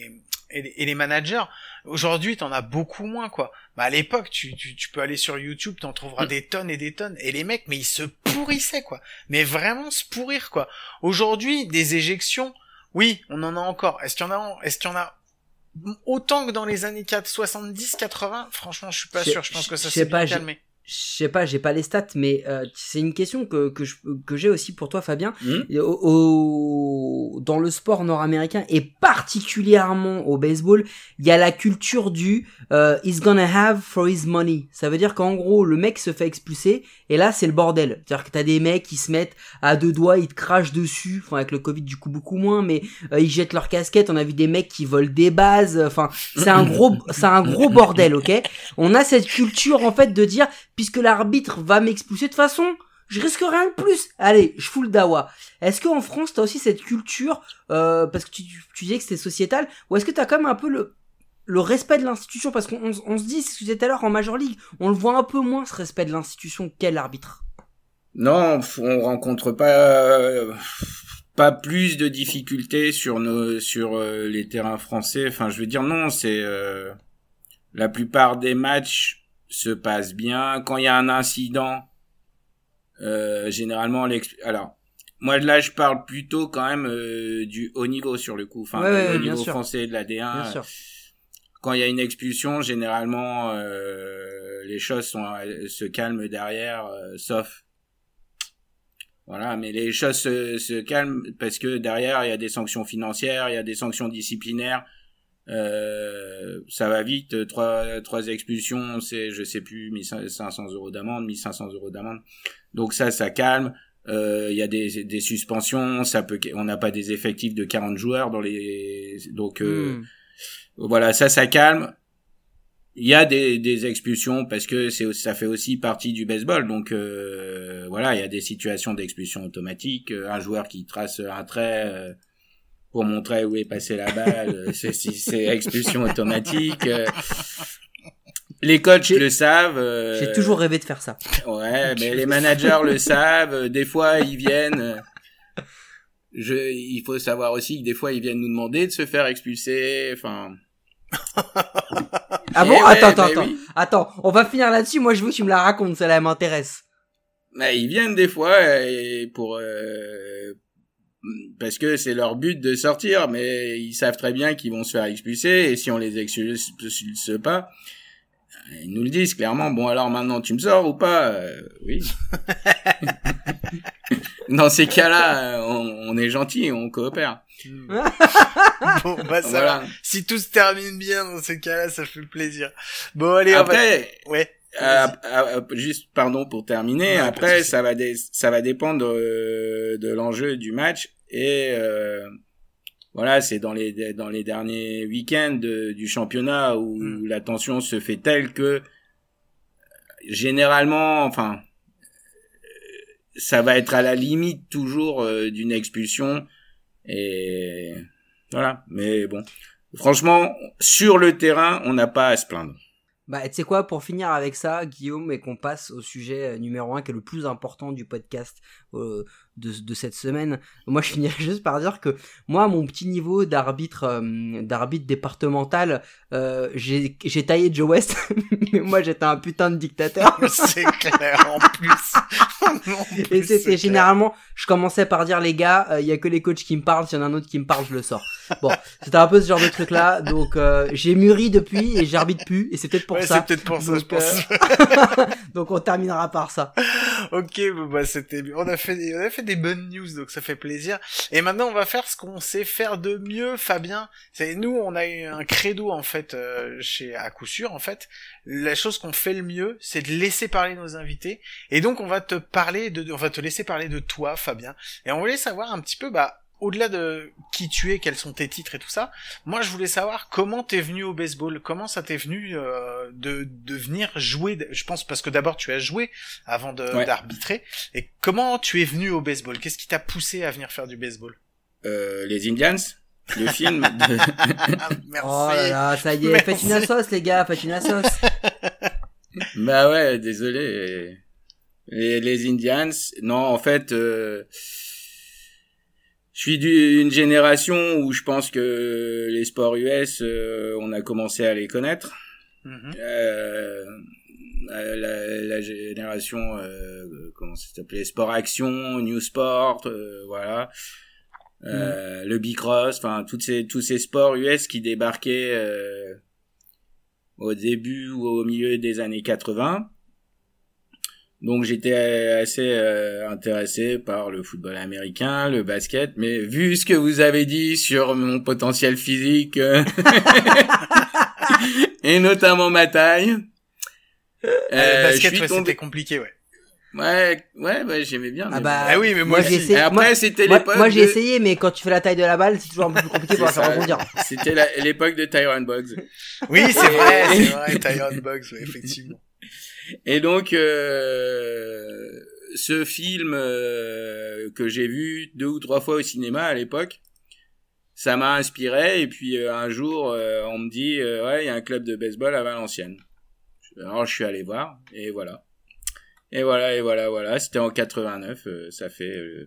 et les, et les managers. Aujourd'hui, t'en as beaucoup moins, quoi. Bah, à l'époque, tu, tu, tu peux aller sur YouTube, t'en trouveras mmh. des tonnes et des tonnes. Et les mecs, mais ils se pourrissaient, quoi. Mais vraiment se pourrir, quoi. Aujourd'hui, des éjections, oui, on en a encore. Est-ce qu'il y en a, est-ce qu'il y en a autant que dans les années soixante-dix, quatre-vingts? Franchement, je suis pas sûr. Je pense que ça s'est bien calmé. Je sais pas, j'ai pas les stats, mais euh, c'est une question que que je, que j'ai aussi pour toi, Fabien. Mmh. Au, au, dans le sport nord-américain et particulièrement au baseball, il y a la culture du euh, he's gonna have for his money. Ça veut dire qu'en gros, le mec se fait expulser et là, c'est le bordel. C'est-à-dire que t'as des mecs qui se mettent à deux doigts, ils te crachent dessus. Enfin, avec le Covid, du coup, beaucoup moins, mais euh, ils jettent leur casquette. On a vu des mecs qui volent des bases. Enfin, c'est un gros, c'est un gros bordel, ok. On a cette culture en fait de dire puisque l'arbitre va m'expulser, de toute façon, je risque rien de plus. Allez, je fous le dawa. Est-ce qu'en France, t'as aussi cette culture, euh, parce que tu, tu disais que c'était sociétal, ou est-ce que t'as quand même un peu le, le respect de l'institution? Parce qu'on on, on se dit, c'est ce que tu disais tout à l'heure, en Major League, on le voit un peu moins, ce respect de l'institution, qu'est l'arbitre. Non, on rencontre pas, euh, pas plus de difficultés sur nos, sur euh, les terrains français. Enfin, je veux dire, non, c'est, euh, la plupart des matchs se passe bien. Quand il y a un incident, euh, généralement, l'ex... alors, moi là, je parle plutôt quand même euh, du haut niveau sur le coup, enfin, ouais, du ouais, haut niveau sûr. français de la D un. Bien sûr. Quand il y a une expulsion, généralement, euh, les choses sont, se calment derrière, euh, sauf, voilà, mais les choses se, se calment parce que derrière, il y a des sanctions financières, il y a des sanctions disciplinaires. Euh, ça va vite, trois, trois expulsions, c'est, je sais plus, mille cinq cents euros d'amende, mille cinq cents euros d'amende. Donc ça, ça calme. Euh, il y a des, des suspensions, ça peut, on n'a pas des effectifs de quarante joueurs dans les, donc, euh, mmh. voilà, ça, ça calme. Il y a des, des expulsions parce que c'est, ça fait aussi partie du baseball. Donc, euh, voilà, il y a des situations d'expulsion automatique. Un joueur qui trace un trait, euh, pour montrer où est passée la balle, c'est, c'est expulsion automatique. Les coachs j'ai, le savent. Euh, j'ai toujours rêvé de faire ça. Ouais, mais les managers le savent. Des fois, ils viennent. Je, il faut savoir aussi que des fois, ils viennent nous demander de se faire expulser. Enfin. Ah bon? Ouais, attends, attends, attends. Oui. Attends, on va finir là-dessus. Moi, je veux que tu me la racontes. Celle-là, elle m'intéresse. Mais ils viennent des fois et pour. Euh, parce que c'est leur but de sortir, mais ils savent très bien qu'ils vont se faire expulser, et si on les expulse pas, ils nous le disent clairement, bon alors maintenant tu me sors ou pas? euh, Oui. Dans ces cas-là, on, on est gentil, on coopère. Bon, bah ça voilà. Va. Si tout se termine bien dans ces cas-là, ça fait plaisir. Bon allez, après, on va... ouais. Euh, euh, juste pardon pour terminer. Ouais, après ça va dé- ça va dépendre euh, de l'enjeu du match et euh, voilà, c'est dans les dans les derniers week-ends de, du championnat où mm. la tension se fait telle que généralement, enfin, ça va être à la limite toujours euh, d'une expulsion et voilà. Mais bon, franchement, sur le terrain, on n'a pas à se plaindre. Bah, tu sais quoi, pour finir avec ça, Guillaume, et qu'on passe au sujet numéro un, qui est le plus important du podcast euh, de, de cette semaine, moi je finirais juste par dire que moi, à mon petit niveau d'arbitre euh, d'arbitre départemental, euh, j'ai, j'ai taillé Joe West, mais moi j'étais un putain de dictateur. C'est clair, en plus. En plus et c'était généralement, je commençais par dire, les gars, il euh, y a que les coachs qui me parlent, s'il y en a un autre qui me parle, je le sors. Bon, c'était un peu ce genre de truc là, donc euh, j'ai mûri depuis et j'arbitre plus, et c'est peut-être pour ouais, ça. C'est peut-être pour ça, donc, je pense. Euh... donc on terminera par ça. Ok, bon, bah c'était, on a fait, des... on a fait des bonnes news, donc ça fait plaisir. Et maintenant, on va faire ce qu'on sait faire de mieux, Fabien. C'est nous, on a eu un credo en fait, euh, chez à coup sûr en fait. La chose qu'on fait le mieux, c'est de laisser parler nos invités. Et donc, on va te parler de, on va te laisser parler de toi, Fabien. Et on voulait savoir un petit peu, bah. Au-delà de qui tu es, quels sont tes titres et tout ça, moi je voulais savoir comment t'es venu au baseball, comment ça t'est venu euh, de, de venir jouer, je pense parce que d'abord tu as joué avant de, ouais. d'arbitrer, et comment tu es venu au baseball, qu'est-ce qui t'a poussé à venir faire du baseball? euh, Les Indians, le film. De... ah, merci. Oh là là, ça y est, merci. Faites une sauce les gars, faites une sauce. Bah ouais, désolé. Les, les Indians, non en fait... Euh... Je suis d'une génération où je pense que les sports U S, euh, on a commencé à les connaître. Mhm. Euh, la, la génération, euh, comment ça s'appelait, Sport Action, New Sport, euh, voilà. Euh, mmh. Le bicross, enfin toutes ces tous ces sports U S qui débarquaient euh, au début ou au milieu des années quatre-vingts. Donc j'étais assez euh, intéressé par le football américain, le basket, mais vu ce que vous avez dit sur mon potentiel physique euh, et notamment ma taille, euh, le basket, ouais, tombé... c'était compliqué, ouais. Ouais, ouais, ouais, j'aimais bien. Ah bah, ah oui, mais moi, moi j'ai essayé. Et après, moi, c'était moi, l'époque. Moi, j'ai de... essayé, mais quand tu fais la taille de la balle, c'est toujours un peu plus compliqué pour la faire rebondir. C'était la, l'époque de Tyron Buggs. Oui, c'est vrai, c'est vrai, Tyron Buggs, ouais, effectivement. Et donc, euh, ce film euh, que j'ai vu deux ou trois fois au cinéma à l'époque, ça m'a inspiré. Et puis euh, un jour, euh, on me dit, euh, ouais, il y a un club de baseball à Valenciennes. Alors je suis allé voir, et voilà. Et voilà, et voilà, voilà. C'était en quatre-vingt-neuf. Euh, ça fait, euh,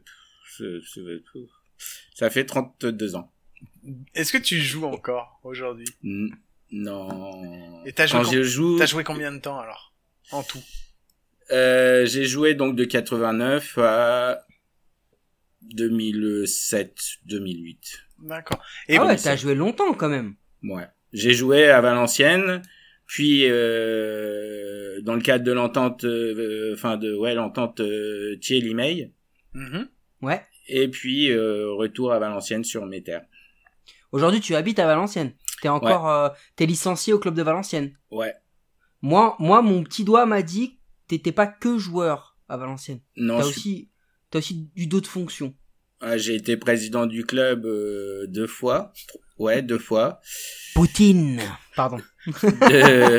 ça fait trente-deux ans. Est-ce que tu joues encore aujourd'hui? N- Non. Et t'as joué, Quand com- je joue, t'as joué combien de temps alors, en tout? euh, j'ai joué donc de quatre-vingt-neuf à deux mille sept, deux mille huit. D'accord. Et ah bon, ouais, t'as joué longtemps quand même. Ouais. J'ai joué à Valenciennes. Puis euh, dans le cadre de l'entente, enfin euh, de ouais l'entente euh, Thiers-Limay. Mm-hmm. Ouais. Et puis euh, retour à Valenciennes sur mes terres. Aujourd'hui, tu habites à Valenciennes. T'es encore, ouais. euh, t'es licencié au club de Valenciennes. Ouais. Moi, moi, mon petit doigt m'a dit que t'étais pas que joueur à Valenciennes. Non. T'as je... aussi, t'as aussi eu d'autres fonctions. Ah, j'ai été président du club euh, deux fois. Ouais, deux fois. Poutine. Pardon. De,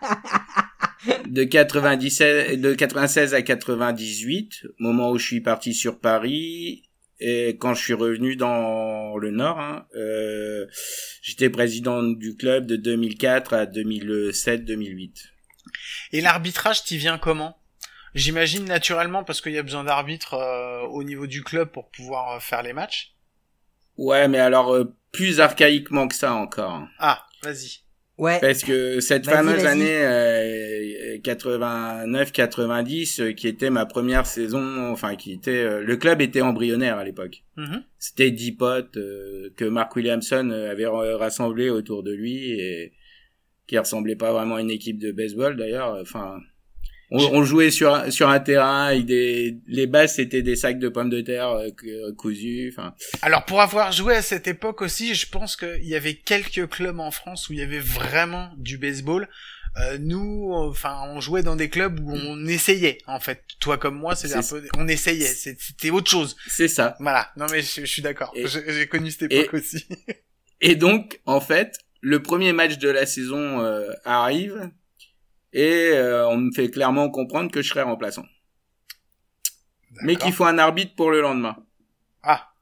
de quatre-vingt-dix-sept, de quatre-vingt-seize à quatre-vingt-dix-huit, moment où je suis parti sur Paris, et quand je suis revenu dans le Nord, hein, euh, j'étais président du club de deux mille quatre à deux mille sept deux mille huit. Et l'arbitrage, t'y viens comment? J'imagine naturellement parce qu'il y a besoin d'arbitres euh, au niveau du club pour pouvoir euh, faire les matchs. Ouais, mais alors euh, plus archaïquement que ça encore. Ah, vas-y. Ouais. Parce que cette vas-y, fameuse vas-y. année euh, quatre-vingt-neuf quatre-vingt-dix, euh, qui était ma première saison, enfin qui était, euh, le club était embryonnaire à l'époque. Mm-hmm. C'était dix potes euh, que Mark Williamson avait rassemblés autour de lui et qui ressemblaient pas vraiment à une équipe de baseball d'ailleurs. Enfin, on, on jouait sur sur un terrain avec des les bases c'était des sacs de pommes de terre euh, cousus. Enfin. Alors pour avoir joué à cette époque aussi, je pense qu'il y avait quelques clubs en France où il y avait vraiment du baseball. Euh, nous, enfin, on jouait dans des clubs où on essayait. En fait, toi comme moi, c'était c'est un peu, on essayait. C'était autre chose. C'est ça. Voilà. Non mais je, je suis d'accord. Et... J'ai, j'ai connu cette époque et... aussi. Et donc, en fait, le premier match de la saison euh, arrive. Et euh, on me fait clairement comprendre que je serai remplaçant. D'accord. Mais qu'il faut un arbitre pour le lendemain. Ah.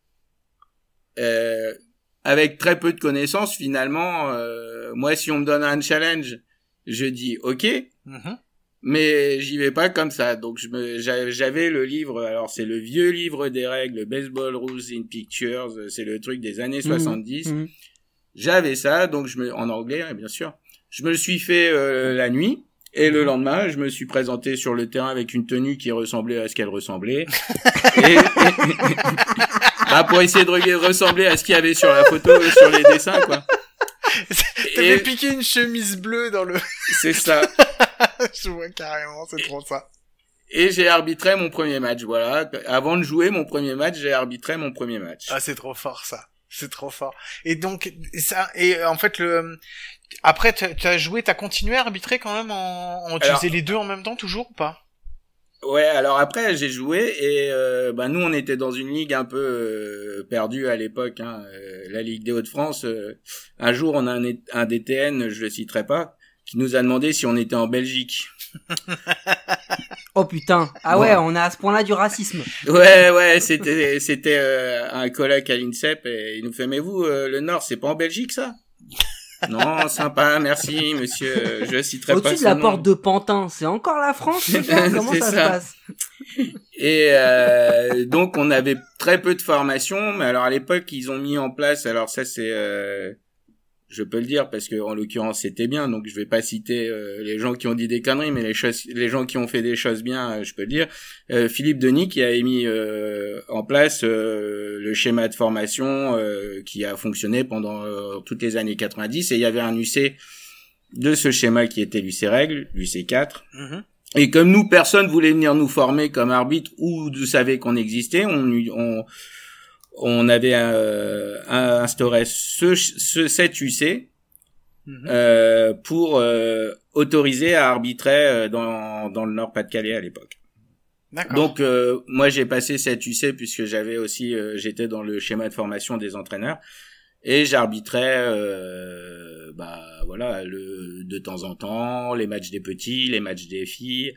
Euh, avec très peu de connaissances, finalement, euh, moi, si on me donne un challenge, je dis OK, mm-hmm. mais j'y vais pas comme ça. Donc, je me, j'avais le livre, alors c'est le vieux livre des règles, Baseball Rules in Pictures, c'est le truc des années soixante-dix. Mmh. J'avais ça, donc je me, en anglais, bien sûr. Je me le suis fait euh, la nuit, et le lendemain, je me suis présenté sur le terrain avec une tenue qui ressemblait à ce qu'elle ressemblait. et, et, bah, pour essayer de ressembler à ce qu'il y avait sur la photo, sur les dessins, quoi. T'avais et... piqué une chemise bleue dans le... C'est ça. Je vois carrément, c'est trop ça. Et j'ai arbitré mon premier match, voilà. Avant de jouer mon premier match, j'ai arbitré mon premier match. Ah, c'est trop fort, ça. C'est trop fort. Et donc, ça, et en fait, le, après, t'as joué, t'as continué à arbitrer quand même en, en tu faisais les deux en même temps, toujours, ou pas? Ouais, alors après, j'ai joué, et, euh, bah, nous, on était dans une ligue un peu, euh, perdue à l'époque, hein, euh, la Ligue des Hauts-de-France. Euh, un jour, on a un, un D T N, je le citerai pas, qui nous a demandé si on était en Belgique. Oh putain. Ah ouais, bon. On a à ce point-là du racisme. Ouais, ouais, c'était, c'était, euh, un colloque à l'INSEP, et il nous fait, mais vous, euh, le Nord, c'est pas en Belgique, ça? Non, sympa, merci, monsieur, je citerai pas Au-dessus son de la nom. porte de Pantin, c'est encore la France, c'est ça? Comment c'est ça, ça se passe? Et euh, donc on avait très peu de formation, mais alors à l'époque ils ont mis en place, alors ça c'est, euh, je peux le dire parce que en l'occurrence c'était bien, donc je vais pas citer euh, les gens qui ont dit des conneries, mais les choses, les gens qui ont fait des choses bien, euh, je peux le dire. Euh, Philippe Denis qui a mis euh, en place euh, le schéma de formation euh, qui a fonctionné pendant euh, toutes les années quatre-vingt-dix, et il y avait un U C de ce schéma qui était l'U C Règle, l'U C quatre. Mm-hmm. Et comme nous, personne voulait venir nous former comme arbitre ou de savait qu'on existait, on, on, on avait euh, instauré ce, ce, cet U C mm-hmm. euh, pour euh, autoriser à arbitrer dans, dans le Nord-Pas-de-Calais à l'époque. D'accord. Donc, euh, moi, j'ai passé cet U C puisque j'avais aussi, euh, j'étais dans le schéma de formation des entraîneurs. Et j'arbitrais, euh, bah voilà, le de temps en temps, les matchs des petits, les matchs des filles.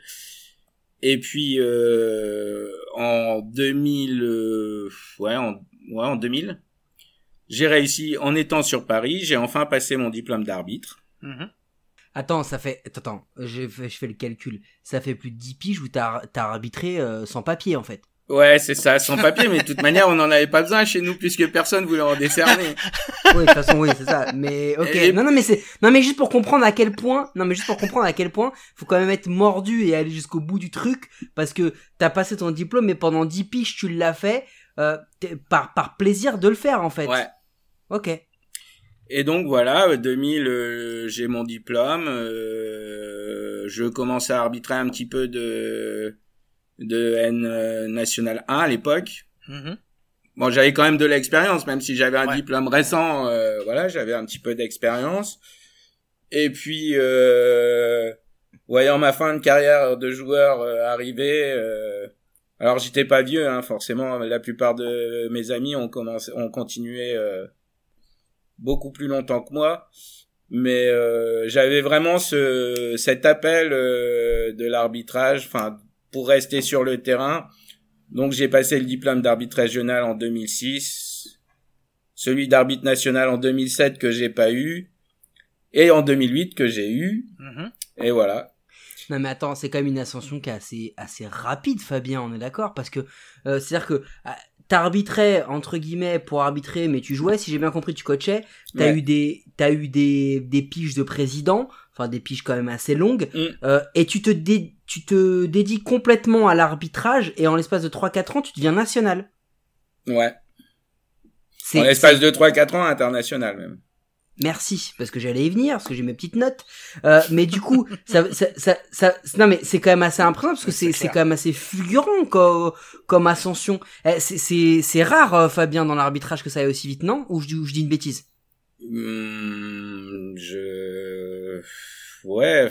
Et puis euh, en deux mille, euh, ouais, en, ouais, en deux mille, j'ai réussi, en étant sur Paris, j'ai enfin passé mon diplôme d'arbitre. Mm-hmm. Attends, ça fait, attends, attends, je fais, je fais le calcul. Ça fait plus de dix piges où t'as, t'as arbitré euh, sans papier en fait. Ouais, c'est ça, sans papier, mais de toute manière, on n'en avait pas besoin chez nous puisque personne voulait en décerner. Oui, de toute façon, oui, c'est ça. Mais ok, Et... non, non, mais c'est, non, mais juste pour comprendre à quel point, non, mais juste pour comprendre à quel point, faut quand même être mordu et aller jusqu'au bout du truc, parce que t'as passé ton diplôme, mais pendant dix piges, tu l'as fait euh, par par plaisir de le faire, en fait. Ouais. Ok. Et donc voilà, deux mille, euh, j'ai mon diplôme, euh, je commence à arbitrer un petit peu de de N euh, National un à l'époque. Mm-hmm. Bon, j'avais quand même de l'expérience, même si j'avais un ouais. diplôme récent, euh, voilà, j'avais un petit peu d'expérience. Et puis, euh, voyant ma fin de carrière de joueur euh, arriver, euh, alors j'étais pas vieux, hein, forcément, la plupart de mes amis ont commencé, ont continué euh, beaucoup plus longtemps que moi, mais euh, j'avais vraiment ce cet appel euh, de l'arbitrage, enfin, pour rester sur le terrain. Donc j'ai passé le diplôme d'arbitre régional en deux mille six, celui d'arbitre national en deux mille sept que j'ai pas eu, et en deux mille huit que j'ai eu, mm-hmm. et voilà. Non mais attends, c'est quand même une ascension qui est assez assez rapide, Fabien, on est d'accord, parce que euh, c'est-à-dire que euh, t'arbitrais entre guillemets pour arbitrer, mais tu jouais, si j'ai bien compris, tu coachais, t'as Ouais. eu des t'as eu des des piges de président, enfin des piges quand même assez longues, Mm. euh, et tu te dé, tu te dédies complètement à l'arbitrage, et en l'espace de trois quatre ans, tu deviens national. Ouais. C'est, En l'espace de trois quatre ans, international même. Merci, parce que j'allais y venir, parce que j'ai mes petites notes. Euh, mais du coup, ça, ça, ça, ça, non mais c'est quand même assez impressionnant, parce que c'est, c'est, c'est quand même assez fulgurant comme, comme ascension. Eh, c'est, c'est, c'est rare, euh, Fabien, dans l'arbitrage que ça aille aussi vite, non? Ou je, ou je dis une bêtise? Hum, je, ouais,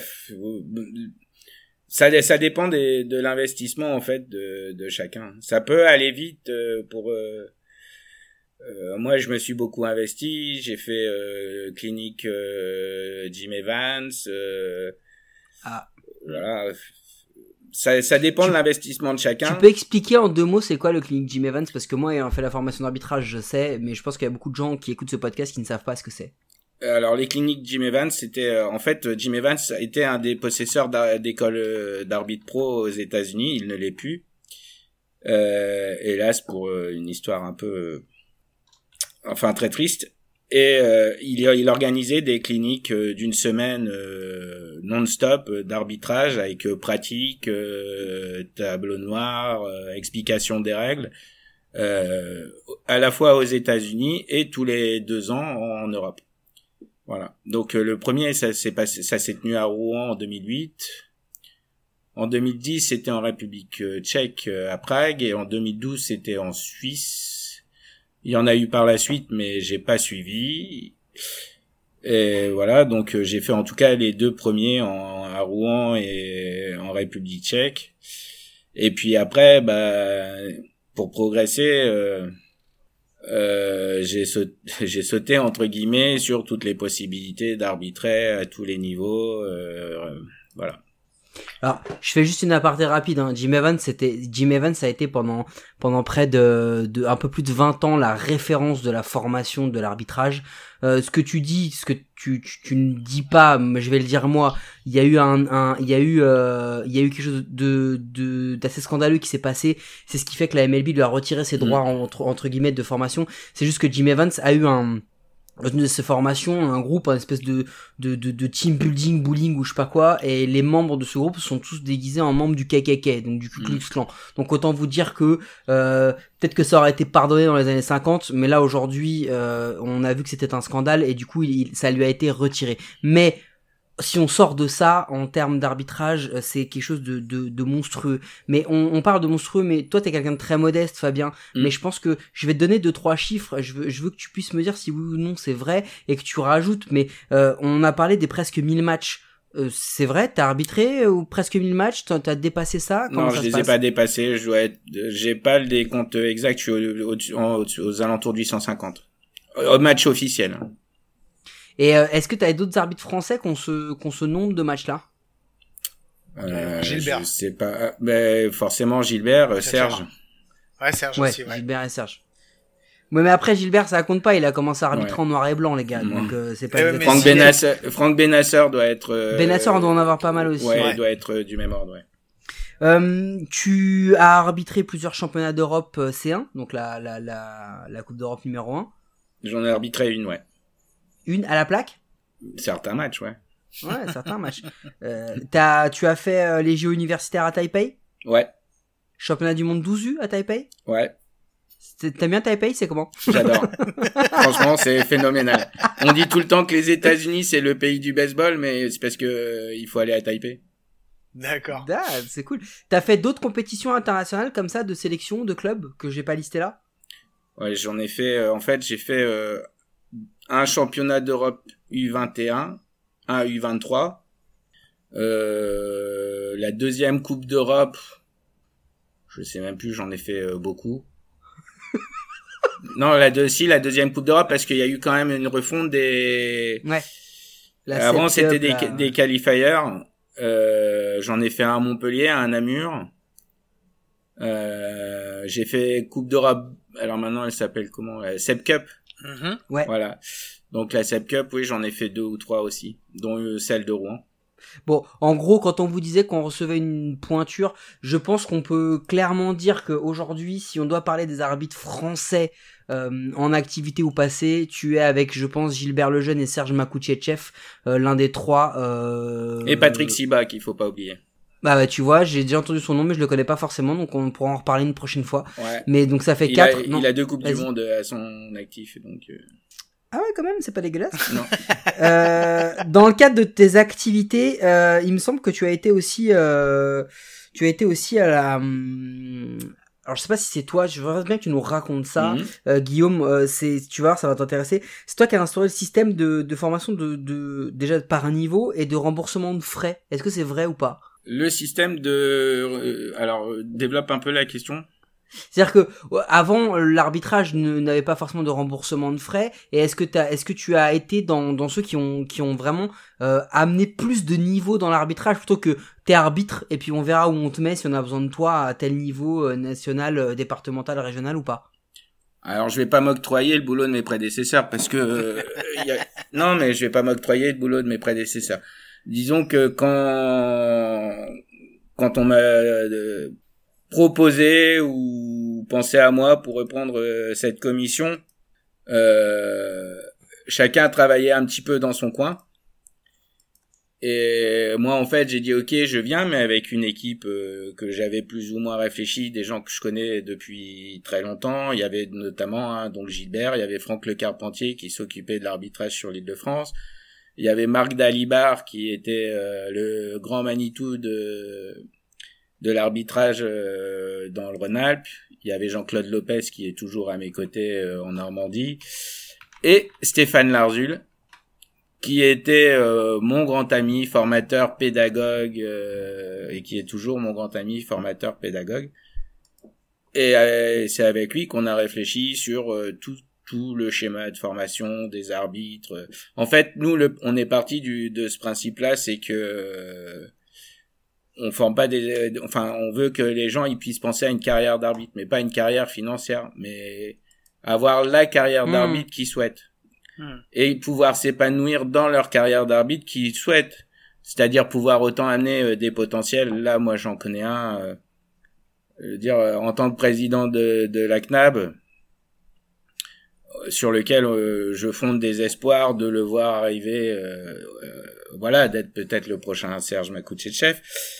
ça, ça dépend des, de l'investissement en fait de, de chacun. Ça peut aller vite euh, pour. Euh, Euh, moi, je me suis beaucoup investi. J'ai fait euh, clinique euh, Jim Evans. Euh, Ah. Voilà. Ça, ça dépend Tu- de l'investissement de chacun. Tu peux expliquer en deux mots c'est quoi le clinique Jim Evans? Parce que moi, ayant fait la formation d'arbitrage, je sais, mais je pense qu'il y a beaucoup de gens qui écoutent ce podcast qui ne savent pas ce que c'est. Alors, les cliniques Jim Evans, c'était euh, en fait Jim Evans était un des possesseurs d'ar- d'école euh, d'arbitre pro aux États-Unis. Il ne l'est plus. Euh, hélas, pour euh, une histoire un peu. Euh, enfin très triste, et euh, il, il organisait des cliniques euh, d'une semaine euh, non-stop euh, d'arbitrage avec euh, pratique, euh, tableau noir, euh, explication des règles, euh, à la fois aux États-Unis et tous les deux ans en, en Europe. Voilà. Donc euh, le premier, ça s'est passé, ça s'est tenu à Rouen en deux mille huit. En deux mille dix, c'était en République tchèque euh, à Prague, et en deux mille douze, c'était en Suisse. Il y en a eu par la suite, mais j'ai pas suivi. Et voilà, donc euh, j'ai fait en tout cas les deux premiers en, à Rouen et en République tchèque. Et puis après, bah, pour progresser, euh, euh, j'ai sauté, j'ai sauté entre guillemets sur toutes les possibilités d'arbitrer à tous les niveaux. Euh, voilà. Alors, je fais juste une aparté rapide. Hein. Jim Evans, c'était Jim Evans, ça a été pendant pendant près de, de un peu plus de vingt ans la référence de la formation de l'arbitrage. Euh, ce que tu dis, ce que tu, tu tu ne dis pas, mais je vais le dire moi. Il y a eu un un il y a eu euh, il y a eu quelque chose de de d'assez scandaleux qui s'est passé. C'est ce qui fait que la M L B lui a retiré ses droits mmh. entre entre guillemets de formation. C'est juste que Jim Evans a eu un dans une de ces formations, un groupe, un espèce de, de, de, de team building, bowling ou je sais pas quoi, et les membres de ce groupe sont tous déguisés en membres du K K K, donc du Ku Klux Klan. Donc autant vous dire que, euh, peut-être que ça aurait été pardonné dans les années cinquante, mais là aujourd'hui, euh, on a vu que c'était un scandale, et du coup, il, ça lui a été retiré. Mais, si on sort de ça en termes d'arbitrage, c'est quelque chose de, de, de monstrueux. Mais on, on parle de monstrueux, mais toi t'es quelqu'un de très modeste, Fabien. Mm. Mais je pense que je vais te donner deux trois chiffres. Je veux, je veux que tu puisses me dire si oui ou non c'est vrai et que tu rajoutes. Mais euh, on a parlé des presque mille matchs. Euh, c'est vrai, t'as arbitré ou presque mille matchs, t'as, t'as dépassé ça? Comment non, ça je se les passe? ai pas dépassés. Je dois être, j'ai pas le décompte exact. Je suis au, au, au, aux alentours de huit cent cinquante au match officiel. Et euh, est-ce que t'as d'autres arbitres français qu'on se qu'on se nombre de matchs-là? euh, Gilbert. Je sais pas. Mais forcément Gilbert, euh, Serge. Ouais, Serge ouais, aussi. Ouais. Gilbert et Serge. Ouais, mais après Gilbert, ça compte pas. Il a commencé à arbitrer ouais. en noir et blanc, les gars. Mmh. Donc euh, c'est pas. Eh ouais, exactement... Franck si Benasser, Franck Benasser doit être. Euh, Benasser, on doit en avoir pas mal aussi. Ouais, ouais. il doit être euh, du même ordre. Ouais. Euh, tu as arbitré plusieurs championnats d'Europe euh, C un, donc la la la la Coupe d'Europe numéro un. J'en ai arbitré une, ouais. Une à la plaque. Certains matchs, ouais. Ouais, certains matchs. Euh, t'as, tu as fait euh, les Jeux universitaires à Taipei? Ouais. Championnat du monde douze U à Taipei? Ouais. C'est, t'aimes bien Taipei, c'est comment? J'adore. Franchement, c'est phénoménal. On dit tout le temps que les États-Unis c'est le pays du baseball, mais c'est parce que euh, il faut aller à Taipei. D'accord. Ah, c'est cool. T'as fait d'autres compétitions internationales comme ça, de sélection, de clubs, que j'ai pas listé là? Ouais, j'en ai fait. Euh, en fait, j'ai fait euh, un championnat d'Europe U vingt et un, un U vingt-trois. Euh, la deuxième Coupe d'Europe, je sais même plus, j'en ai fait euh, beaucoup. Non, la deux, si, la deuxième Coupe d'Europe, parce qu'il y a eu quand même une refonte des... Ouais. La Avant, sept-up, c'était des, la... des qualifiers. Euh, j'en ai fait un à Montpellier, un à Namur. Euh, j'ai fait Coupe d'Europe. Alors maintenant, elle s'appelle comment? La S E P Cup. Mm-hmm. Ouais. Voilà. Donc la S E P Cup, oui, j'en ai fait deux ou trois aussi, dont euh, celle de Rouen. Bon, en gros, quand on vous disait qu'on recevait une pointure, je pense qu'on peut clairement dire qu'aujourd'hui, si on doit parler des arbitres français euh, en activité ou passé, tu es avec, je pense, Gilbert Lejeune et Serge Makouchechev, euh, l'un des trois. Euh... Et Patrick Siba, qu'il faut pas oublier. Bah, bah tu vois, j'ai déjà entendu son nom, mais je le connais pas forcément, donc on pourra en reparler une prochaine fois. Ouais. Mais donc ça fait il quatre. A, non. Il a deux coupes Vas-y. du monde à son actif, donc. Euh... Ah ouais, quand même, c'est pas dégueulasse. Non. euh, dans le cadre de tes activités, euh, il me semble que tu as été aussi, euh, tu as été aussi à la. Hum, alors je sais pas si c'est toi, je voudrais bien que tu nous racontes ça, Mm-hmm. euh, Guillaume. Euh, c'est, tu vois, ça va t'intéresser. C'est toi qui as instauré le système de, de formation de, de déjà par un niveau et de remboursement de frais. Est-ce que c'est vrai ou pas? Le système de, euh, alors euh, développe un peu la question. C'est-à-dire que avant l'arbitrage ne, n'avait pas forcément de remboursement de frais, et est-ce que t'as, est-ce que tu as été dans dans ceux qui ont qui ont vraiment euh, amené plus de niveau dans l'arbitrage plutôt que t'es arbitre et puis on verra où on te met si on a besoin de toi à tel niveau euh, national, euh, départemental, régional ou pas? Alors je vais pas m'octroyer le boulot de mes prédécesseurs parce que euh, y a... non mais je vais pas m'octroyer le boulot de mes prédécesseurs. Disons que quand quand on m'a euh, proposé ou pensé à moi pour reprendre euh, cette commission, euh, chacun travaillait un petit peu dans son coin. Et moi, en fait, j'ai dit ok, je viens, mais avec une équipe euh, que j'avais plus ou moins réfléchi, des gens que je connais depuis très longtemps. Il y avait notamment hein, donc Gilbert, il y avait Franck Le Carpentier qui s'occupait de l'arbitrage sur l'Île-de-France. Il y avait Marc Dalibard qui était euh, le grand Manitou de de l'arbitrage euh, dans le Rhône-Alpes. Il y avait Jean-Claude Lopez qui est toujours à mes côtés euh, en Normandie. Et Stéphane Larzul, qui était euh, mon grand ami, formateur, pédagogue, euh, et qui est toujours mon grand ami, formateur, pédagogue. Et euh, c'est avec lui qu'on a réfléchi sur euh, tout tout le schéma de formation des arbitres. En fait, nous, le, on est parti du, de ce principe-là, c'est que euh, on forme pas des, enfin, on veut que les gens ils puissent penser à une carrière d'arbitre, mais pas une carrière financière, mais avoir la carrière d'arbitre mmh. qu'ils souhaitent mmh. et pouvoir s'épanouir dans leur carrière d'arbitre qu'ils souhaitent, c'est-à-dire pouvoir autant amener euh, des potentiels. Là, moi, j'en connais un. Euh, euh, dire euh, en tant que président de, de la C N A B, euh, sur lequel euh, je fonde des espoirs de le voir arriver. Euh, euh, voilà, d'être peut-être le prochain Serge Makouchtchev.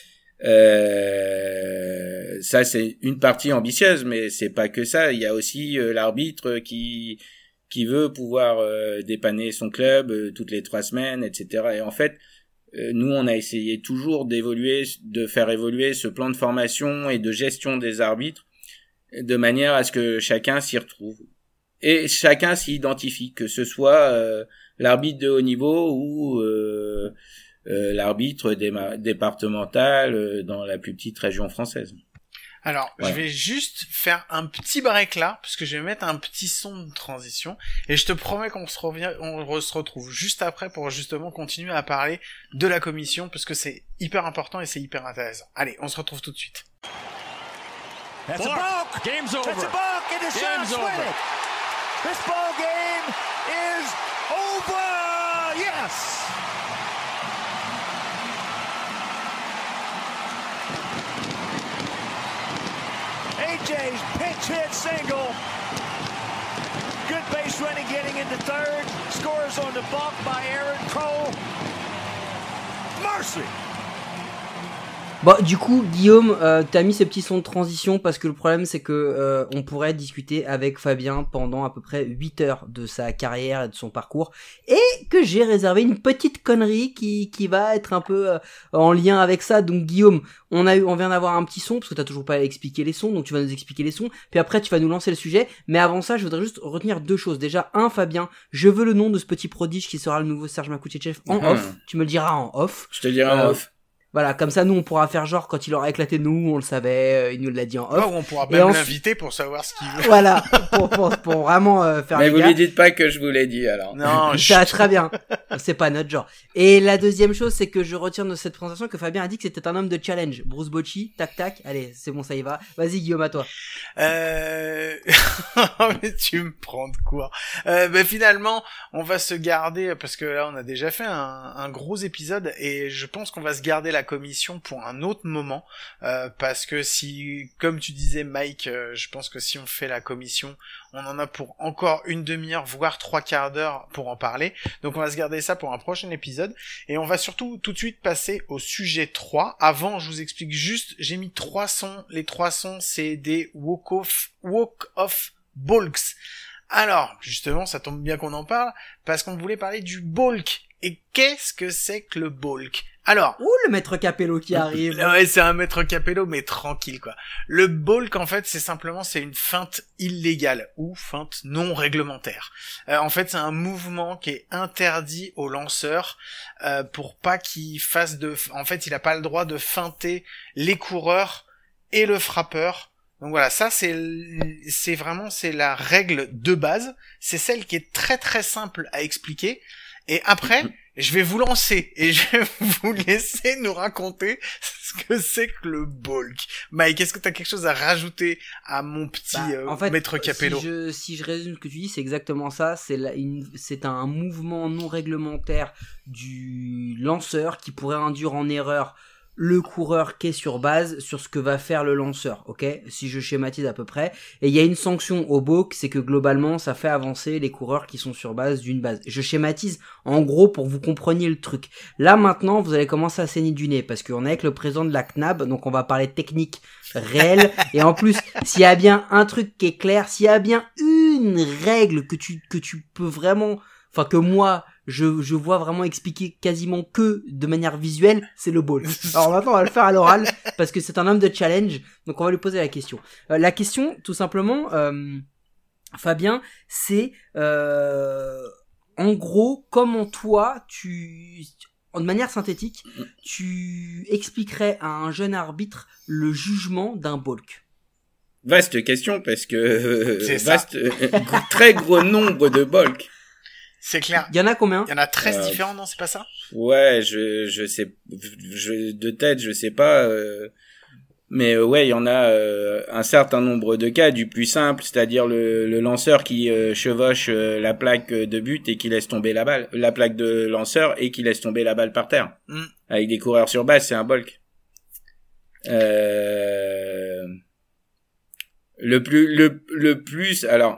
Euh, ça c'est une partie ambitieuse, mais c'est pas que ça. Il y a aussi euh, l'arbitre qui qui veut pouvoir euh, dépanner son club euh, toutes les trois semaines, et cetera. Et en fait, euh, nous on a essayé toujours d'évoluer, de faire évoluer ce plan de formation et de gestion des arbitres de manière à ce que chacun s'y retrouve et chacun s'y identifie, que ce soit euh, l'arbitre de haut niveau ou euh, Euh, l'arbitre déma- départemental euh, dans la plus petite région française. Alors, ouais. je vais juste faire un petit break là, parce que je vais mettre un petit son de transition, et je te promets qu'on se revient, on se retrouve juste après pour justement continuer à parler de la commission, parce que c'est hyper important et c'est hyper intéressant. Allez, on se retrouve tout de suite. That's a balk. Game's over. That's a balk, and the Sharks win it. This ball game is over. Yes. A J's pinch hit single. Good base running getting into third. Scores on the balk by Aaron Cole. Mercy. Bon, du coup, Guillaume, euh, t'as mis ces petits sons de transition parce que le problème, c'est que euh, on pourrait discuter avec Fabien pendant à peu près huit heures de sa carrière et de son parcours, et que j'ai réservé une petite connerie qui qui va être un peu euh, en lien avec ça. Donc, Guillaume, on a eu, on vient d'avoir un petit son parce que t'as toujours pas expliqué les sons, donc tu vas nous expliquer les sons, puis après tu vas nous lancer le sujet. Mais avant ça, je voudrais juste retenir deux choses. Déjà, un, Fabien, je veux le nom de ce petit prodige qui sera le nouveau Serge Makouchtchev en mmh. off. Tu me le diras en off. Je te dirai euh, en off. Voilà, comme ça, nous, on pourra faire genre, quand il aura éclaté nous, on le savait, euh, il nous l'a dit en off. Oh, on pourra même ensuite... l'inviter pour savoir ce qu'il veut. Voilà, pour, pour, pour vraiment euh, faire Mais les vous gars. lui dites pas que je vous l'ai dit, alors. Non, ça, très bien. C'est pas notre genre. Et la deuxième chose, c'est que je retiens de cette présentation que Fabien a dit que c'était un homme de challenge. Bruce Bocci, tac tac, allez, c'est bon, ça y va. Vas-y, Guillaume, à toi. Euh... Mais tu me prends de quoi euh, ben finalement, on va se garder, parce que là, on a déjà fait un, un gros épisode, et je pense qu'on va se garder la commission pour un autre moment, euh, parce que si, comme tu disais Mike, euh, je pense que si on fait la commission, on en a pour encore une demi-heure, voire trois quarts d'heure pour en parler, donc on va se garder ça pour un prochain épisode, et on va surtout tout de suite passer au sujet trois. Avant, je vous explique juste, j'ai mis trois sons, les trois sons, c'est des walk-off, walk-off balks. Alors, justement, ça tombe bien qu'on en parle, parce qu'on voulait parler du balk. Et qu'est-ce que c'est que le balk? Alors, ouh, le maître Capello qui arrive. Ouais, c'est un maître Capello, mais tranquille, quoi. Le balk, en fait, c'est simplement, c'est une feinte illégale, ou feinte non réglementaire. Euh, en fait, c'est un mouvement qui est interdit aux lanceurs, euh, pour pas qu'il fasse de, en fait, il a pas le droit de feinter les coureurs et le frappeur. Donc voilà, ça c'est c'est vraiment c'est la règle de base, c'est celle qui est très très simple à expliquer, et après je vais vous lancer et je vais vous laisser nous raconter ce que c'est que le balk. Mike, est-ce que t'as quelque chose à rajouter à mon petit bah, euh, en fait, maître Capello? Si je si je résume ce que tu dis, c'est exactement ça, c'est la, une, c'est un mouvement non réglementaire du lanceur qui pourrait induire en erreur le coureur qui est sur base sur ce que va faire le lanceur, ok, si je schématise à peu près. Et il y a une sanction au balk, c'est que globalement ça fait avancer les coureurs qui sont sur base d'une base. Je schématise en gros pour que vous compreniez le truc. Là maintenant vous allez commencer à saigner du nez parce qu'on est avec le président de la C N A B, donc on va parler technique réelle. Et en plus, s'il y a bien un truc qui est clair, s'il y a bien une règle que tu que tu peux vraiment, enfin que moi je je vois vraiment expliquer quasiment que de manière visuelle, c'est le balk. Alors maintenant on va le faire à l'oral parce que c'est un homme de challenge, donc on va lui poser la question. Euh, la question tout simplement, euh, Fabien, c'est euh, en gros comment toi tu, de manière synthétique, tu expliquerais à un jeune arbitre le jugement d'un balk. Vaste question parce que euh, vaste, euh, très gros nombre de balks. C'est clair. Il y en a combien? Il y en a treize Euh, différents, non, c'est pas ça? Ouais, je je sais je de tête, je sais pas euh, mais euh, ouais, il y en a euh, un certain nombre de cas, du plus simple, c'est-à-dire le le lanceur qui euh, chevauche euh, la plaque de but et qui laisse tomber la balle, la plaque de lanceur et qui laisse tomber la balle par terre. Mm. Avec des coureurs sur base, c'est un bulk. Euh le plus le le plus alors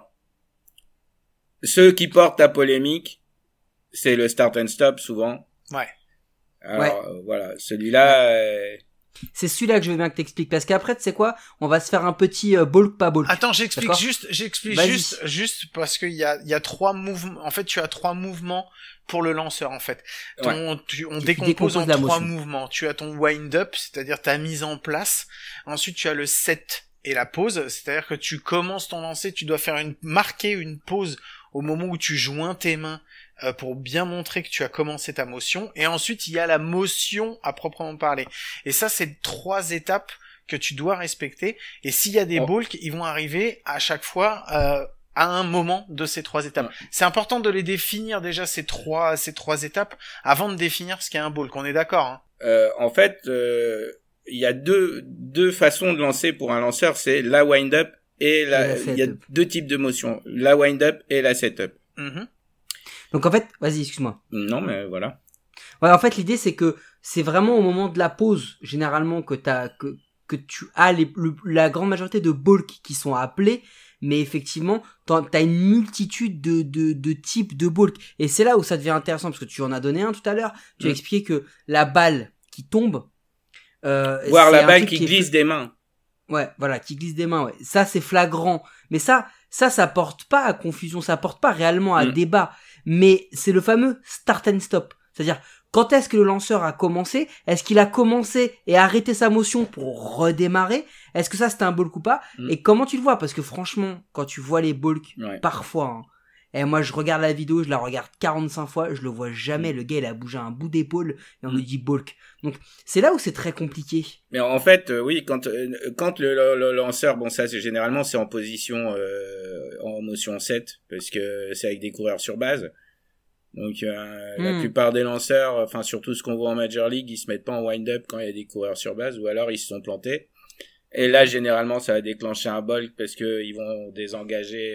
ceux qui portent la polémique, c'est le start and stop souvent. Ouais. Alors Ouais. euh, voilà, celui-là euh, C'est celui-là que je veux bien que t'expliques, parce qu'après, tu sais quoi? On va se faire un petit euh, bulk pas bulk. Attends, j'explique D'accord. juste, j'explique Vas-y. juste, juste parce qu'il y a, il y a trois mouvements. En fait, tu as trois mouvements pour le lanceur, en fait. Ton, tu, on Tu décompose décomposes en la trois motion. mouvements. Tu as ton wind-up, c'est-à-dire ta mise en place. Ensuite, tu as le set et la pause, c'est-à-dire que tu commences ton lancer, tu dois faire une, marquer une pause au moment où tu joins tes mains euh, pour bien montrer que tu as commencé ta motion. Et ensuite, il y a la motion à proprement parler. Et ça, c'est trois étapes que tu dois respecter. Et s'il y a des Oh. bulks, ils vont arriver à chaque fois euh, à un moment de ces trois étapes. Ouais. C'est important de les définir déjà, ces trois ces trois étapes, avant de définir ce qu'est un bulk. On est d'accord, hein? euh, en fait euh, il y a deux deux façons de lancer pour un lanceur, c'est la wind-up et Et la la il y a set-up. deux types de motions, la wind-up et la set-up. Mhm. Donc en fait, vas-y, excuse-moi. Non mais voilà. Ouais, en fait, l'idée, c'est que c'est vraiment au moment de la pause, généralement, que t'as, que, que tu as les, le- la grande majorité de bulks qui sont appelés, mais effectivement, t'en- t'as une multitude de, de, de types de bulks. Et c'est là où ça devient intéressant, parce que tu en as donné un tout à l'heure. Tu as Mm. expliqué que la balle qui tombe, euh, Voir c'est la un balle truc qui est glisse fl- des mains. Ouais, voilà, qui glisse des mains, ouais. Ça, c'est flagrant. Mais ça, ça, ça porte pas à confusion, ça porte pas réellement à Mm. débat. Mais c'est le fameux start and stop. C'est-à-dire, quand est-ce que le lanceur a commencé? Est-ce qu'il a commencé et arrêté sa motion pour redémarrer? Est-ce que ça, c'était un bulk ou pas? Mm. Et comment tu le vois? Parce que franchement, quand tu vois les bulks, Ouais. parfois, hein, et moi, je regarde la vidéo, je la regarde quarante-cinq fois, je le vois jamais. Le gars, il a bougé un bout d'épaule et on Mm. lui dit bulk. Donc, c'est là où c'est très compliqué. Mais en fait, euh, oui, quand euh, quand le, le, le lanceur, bon ça c'est généralement c'est en position euh, en motion sept parce que c'est avec des coureurs sur base. Donc euh, la Hmm. plupart des lanceurs, enfin surtout ce qu'on voit en Major League, ils se mettent pas en wind-up quand il y a des coureurs sur base ou alors ils se sont plantés. Et là généralement ça va déclencher un bulk parce que ils vont désengager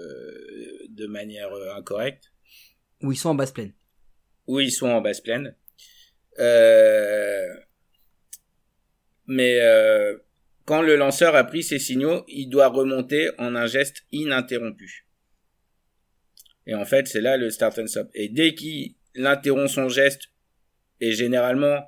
euh, de manière euh, incorrecte. Où ils sont en basse plaine. Ou ils sont en basse plaine. Euh... Mais euh, quand le lanceur a pris ses signaux, il doit remonter en un geste ininterrompu. Et en fait, c'est là le start and stop. Et dès qu'il interrompt son geste, et généralement,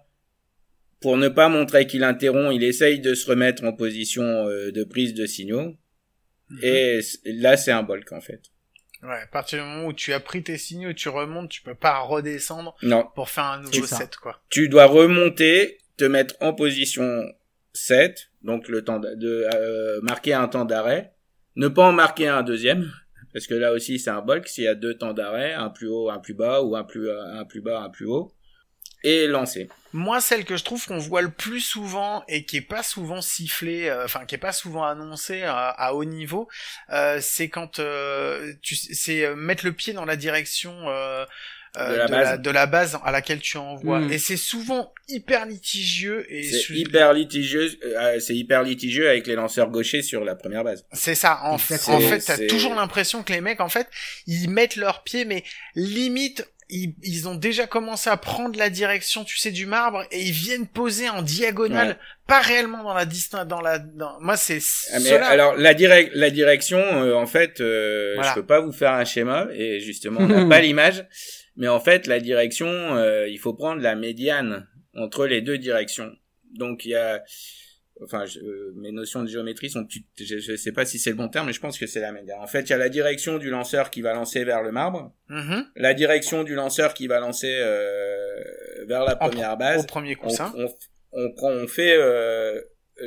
pour ne pas montrer qu'il interrompt, il essaye de se remettre en position euh, de prise de signaux. Mhm. Et c- là, c'est un bulk, en fait. Ouais, à partir du moment où tu as pris tes signaux et tu remontes, tu peux pas redescendre Non, pour faire un nouveau C'est ça. set, quoi. tu dois remonter, te mettre en position sept, donc le temps de, de euh, marquer un temps d'arrêt, ne pas en marquer un deuxième, parce que là aussi c'est un bulk, s'il y a deux temps d'arrêt, un plus haut, un plus bas, ou un plus, un plus bas, un plus haut, et lancer. Moi, celle que je trouve qu'on voit le plus souvent et qui est pas souvent sifflée, euh, enfin qui est pas souvent annoncée à, à haut niveau, euh, c'est quand euh, tu, c'est euh, mettre le pied dans la direction euh, euh, De la base. de la base à laquelle tu envoies. Mm. Et c'est souvent hyper litigieux et C'est sous- hyper litigieux, euh, c'est hyper litigieux avec les lanceurs gauchers sur la première base. C'est ça. En, fait, Exactement. en fait, t'as C'est- toujours l'impression que les mecs, en fait, ils mettent leurs pieds, mais limite, ils, ils ont déjà commencé à prendre la direction, tu sais, du marbre, et ils viennent poser en diagonale, Ouais. pas réellement dans la distance, dans la, dans... moi, c'est Ah, mais cela. alors la direc la direction, euh, en fait, euh, Voilà. je peux pas vous faire un schéma et justement on n'a pas l'image, mais en fait la direction, euh, il faut prendre la médiane entre les deux directions. Donc il y a, enfin je, euh, mes notions de géométrie sont, plus- je, je sais pas si c'est le bon terme, mais je pense que c'est la médiane. En fait il y a la direction du lanceur qui va lancer vers le marbre, Mhm. la direction du lanceur qui va lancer euh, vers la En première Au base. premier coup, On, ça. on, on prend, on fait euh,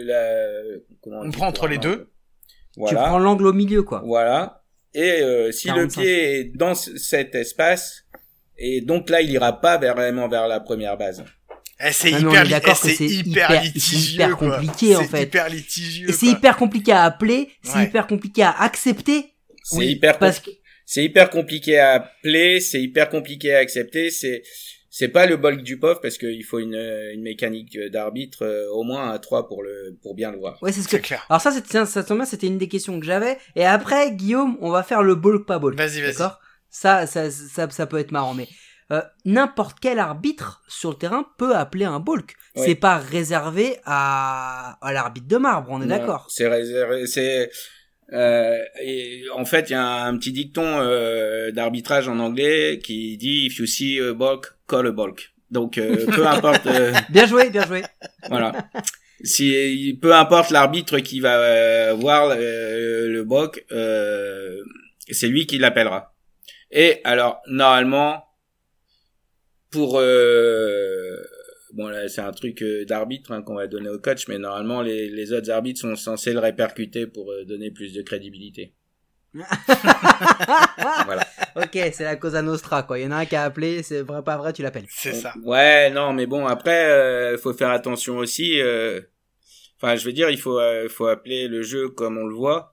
la, comment On dit prend entre les couramment, deux. Tu Voilà. prends l'angle au milieu, quoi. Voilà. Et euh, si quarante-cinq. le pied est dans c- cet espace, et donc là, il ira pas vers- vraiment vers la première base. Eh, c'est Ah, mais on hyper, est li- d'accord eh, que c'est c'est hyper hyper- litigieux, c'est hyper quoi. compliqué, en C'est fait. hyper litigieux, Et c'est quoi. hyper compliqué à appeler, c'est Ouais. hyper compliqué à accepter. C'est Oui, hyper Parce que, c'est hyper compliqué à appeler, c'est hyper compliqué à accepter, c'est c'est pas le bulk du pauvre parce qu'il faut une une mécanique d'arbitre euh, au moins à trois pour le pour bien le voir. Ouais, c'est ce C'est que. clair. Alors ça, c'est tiens, ça tombe bien, c'était une des questions que j'avais. Et après, Guillaume, on va faire le bulk pas bulk. Vas-y, vas-y. D'accord. Ça, ça, ça, ça peut être marrant, mais euh, n'importe quel arbitre sur le terrain peut appeler un bulk. Ouais. C'est pas réservé à à l'arbitre de marbre, on est Non, d'accord. C'est réservé, c'est euh, et en fait il y a un petit dicton euh, d'arbitrage en anglais qui dit if you see a bulk, call a bulk. Donc euh, peu importe euh, Bien joué, bien joué. voilà. Si peu importe l'arbitre qui va euh, voir euh, le bulk, euh, c'est lui qui l'appellera. Et alors normalement pour euh, bon là c'est un truc euh, d'arbitre hein, qu'on va donner au coach, mais normalement les les autres arbitres sont censés le répercuter pour euh, donner plus de crédibilité. Voilà. Ok, c'est la Cosa Nostra, quoi. Il y en a un qui a appelé, c'est vrai, pas vrai, tu l'appelles. C'est ça. Ouais, non, mais bon après euh, faut faire attention aussi. euh, Enfin, je veux dire, il faut euh, faut appeler le jeu comme on le voit.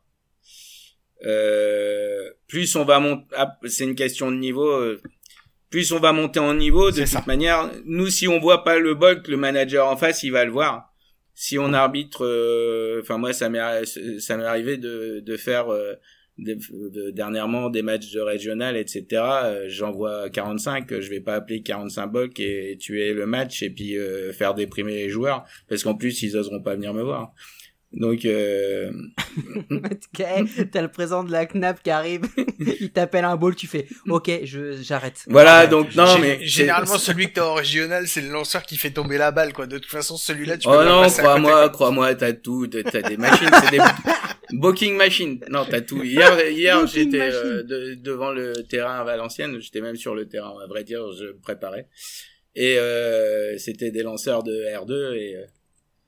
Euh, plus on va monter, ah, c'est une question de niveau. Euh, plus on va monter en niveau, de C'est toute ça. manière, nous si on voit pas le bulk, le manager en face, il va le voir. Si on arbitre, euh, enfin moi ça m'est ça m'est arrivé de de faire euh, de, de- dernièrement des matchs de régional, et cetera. Euh, J'en vois quarante-cinq, je vais pas appeler quarante-cinq bulk et tuer le match et puis euh, faire déprimer les joueurs parce qu'en plus ils oseront pas venir me voir. Donc euh, Ok, t'as le président de la C N A P qui arrive, il t'appelle un ball, tu fais, ok, je, j'arrête. voilà, J'arrête. donc non Gé- mais généralement celui que t'as en régional, c'est le lanceur qui fait tomber la balle, quoi. De toute façon, celui-là, tu peux oh pas non, passer à côté, crois-moi, quoi. crois-moi, t'as tout, t'as t'as des machines, c'est des booking machines. Non, t'as tout. Hier, hier, Booking j'étais machine. euh, de- devant le terrain à Valenciennes. J'étais même sur le terrain, à vrai dire, je me préparais. Et euh, c'était des lanceurs de R deux et euh,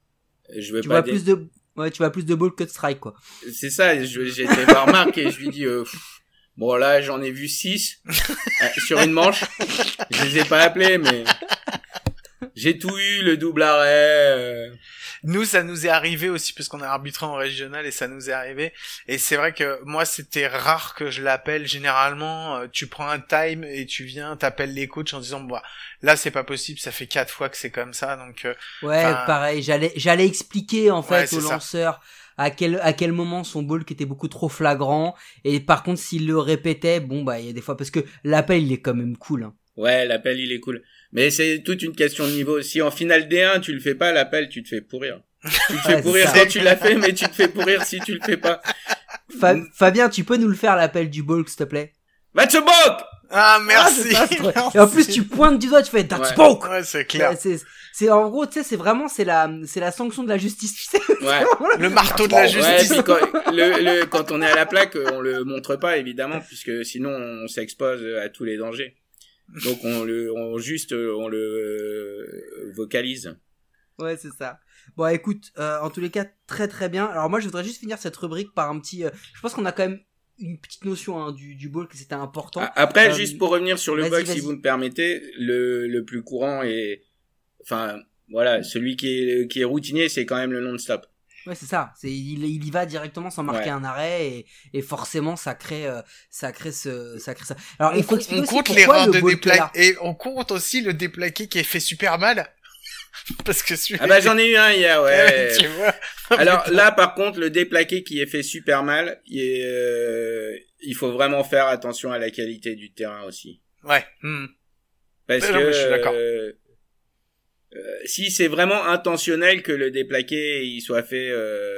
je veux Tu pas vois dire. plus de, ouais, tu vois plus de ball que de strike, quoi. C'est ça. je- J'étais voir Marc et je lui dis. Euh, pff, bon là, j'en ai vu six euh, sur une manche. Je les ai pas appelés, mais j'ai tout eu, le double arrêt. Euh... Nous, ça nous est arrivé aussi parce qu'on a arbitré en régional et ça nous est arrivé. Et c'est vrai que moi, c'était rare que je l'appelle. Généralement, euh, tu prends un time et tu viens, t'appelles les coachs en disant, bah, là, c'est pas possible. Ça fait quatre fois que c'est comme ça. Donc, euh, Ouais, Enfin, pareil, j'allais, j'allais expliquer, en Ouais, fait, c'est au ça. lanceur à quel, à quel moment son ball qui était beaucoup trop flagrant. Et par contre, s'il le répétait, bon, bah, il y a des fois, parce que l'appel, il est quand même cool, hein. Ouais, l'appel, il est cool. Mais c'est toute une question de niveau. Si en finale D un, tu le fais pas, l'appel, tu te fais pourrir. Tu te Ouais, fais c'est pourrir ça. quand tu l'as fait, mais tu te fais pourrir si tu le fais pas. Fa- Fabien, tu peux nous le faire, l'appel du ball, s'il te plaît? Match book! ah, merci. Ah, c'est ça, c'est Merci. Et en plus, tu pointes du doigt, tu fais that's Ouais. spoke. Ouais, c'est clair. Ouais, c'est, c'est, en gros, tu sais, c'est vraiment, c'est la, c'est la sanction de la justice, tu sais. Ouais. Le marteau de la Ouais, justice. puis quand, le, le, quand on est à la plaque, on le montre pas, évidemment, puisque sinon on s'expose à tous les dangers. Donc on le, on juste, on le euh, vocalise. Ouais, c'est ça. Bon, écoute, euh, en tous les cas, très très bien. Alors moi, je voudrais juste finir cette rubrique par un petit... euh, je pense qu'on a quand même une petite notion hein, du, du ball, que c'était important. A- Après, Euh, juste pour revenir sur le vas-y, bug, si vas-y. vous me permettez, le, le plus courant est, enfin, voilà, celui qui est, qui est routinier, c'est quand même le non-stop. Ouais, c'est ça. C'est, il, il y va directement sans marquer Ouais. un arrêt et, et forcément, ça crée, euh, ça crée ce, ça crée ça. Alors, On, il faut on expliquer aussi compte les pourquoi rangs le de ball qui est là. déplaqué et on compte aussi le déplaqué qui est fait super mal. Parce que celui Ah bah j'en ai eu un hier, ouais. tu vois. Alors là, par contre, le déplaqué qui est fait super mal, il, est, euh, il faut vraiment faire attention à la qualité du terrain aussi. Ouais. Hmm. Parce Ouais, que non, mais je suis d'accord. euh, euh, si c'est vraiment intentionnel que le déplaqué il soit fait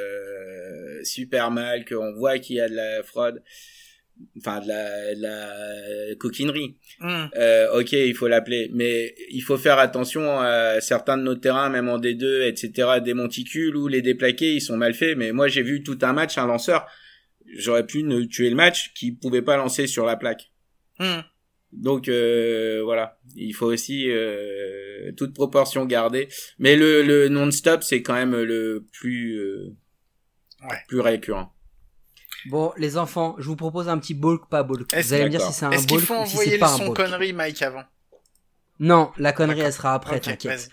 euh, super mal, qu'on voit qu'il y a de la fraude, enfin de la, de la coquinerie, Hmm. euh, ok, il faut l'appeler, mais il faut faire attention à certains de nos terrains, même en D deux, et cetera, des monticules où les déplaqués ils sont mal faits. Mais moi j'ai vu tout un match, un lanceur, j'aurais pu ne tuer le match, qui pouvait pas lancer sur la plaque. Hmm. Donc euh, voilà, il faut aussi euh, toute proportion garder. Mais le, le non-stop c'est quand même le plus euh, Ouais. plus récurrent. Bon, les enfants, je vous propose un petit bulk, pas bulk. Est-ce- Vous allez me dire d'accord. si c'est un Est-ce qu'il bulk faut ou si envoyer c'est le pas un son bulk. connerie, Mike, avant? Non, la connerie, D'accord. elle sera après, Ok, t'inquiète. vas-y.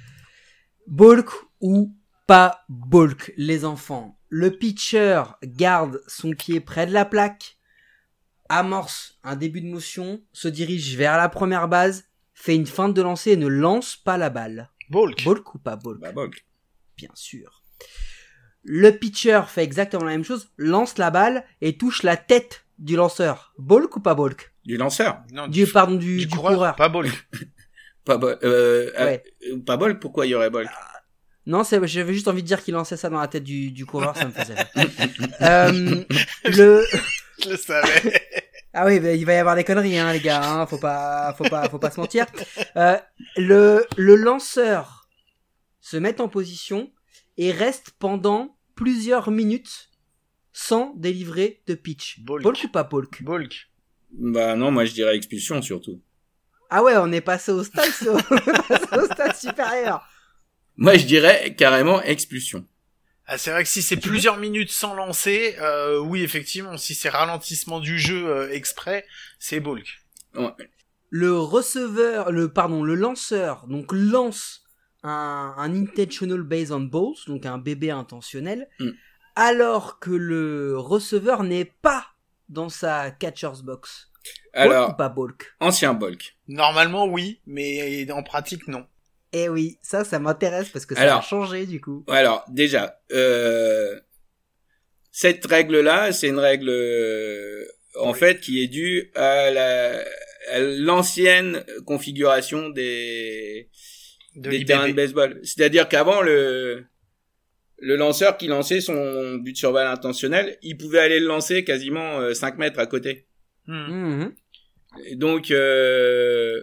Bulk ou pas bulk, les enfants. Le pitcher garde son pied près de la plaque amorce un début de motion, se dirige vers la première base, fait une feinte de lancer et ne lance pas la balle. Balk. Balk ou pas Balk? Bah, Balk. Bien sûr. Le pitcher fait exactement la même chose, lance la balle et touche la tête du lanceur. Balk ou pas Balk? Du lanceur. Non, Du, pardon, du, du du coureur, coureur. pas Balk. Pas Balk. Euh, Ouais. euh, pas Balk, pourquoi il y aurait Balk? Non, c'est, j'avais juste envie de dire qu'il lançait ça dans la tête du, du coureur, ça me faisait rire. euh, le, Je le savais. ah oui, bah, il va y avoir des conneries, hein, les gars, hein, faut pas, faut pas, faut pas se mentir. Euh, le, le lanceur se met en position et reste pendant plusieurs minutes sans délivrer de pitch. Balk. Balk ou pas Balk? Balk. Bah non, moi je dirais expulsion surtout. Ah ouais, on est passé au stade, on est passé au stade supérieur. Moi je dirais carrément expulsion. Ah, c'est vrai que si c'est plusieurs minutes sans lancer, euh, oui, effectivement, si c'est ralentissement du jeu euh, exprès, c'est Balk. Ouais. Le receveur, le, pardon, le lanceur, donc lance un, un intentional base on balls, donc un B B intentionnel, Mm. alors que le receveur n'est pas dans sa catcher's box. Balk Alors, ou pas Balk? ancien Balk. Normalement, oui, mais en pratique, non. Eh oui, ça, ça m'intéresse parce que ça Alors, a changé du coup. Alors, déjà, euh, cette règle-là, c'est une règle, euh, en Oui. fait, qui est due à la, à l'ancienne configuration des, De des l'I B B. terrains de baseball. C'est-à-dire qu'avant, le, le lanceur qui lançait son but sur balle intentionnel, il pouvait aller le lancer quasiment euh, cinq mètres à côté. Hmm. Mhm. Et donc, euh,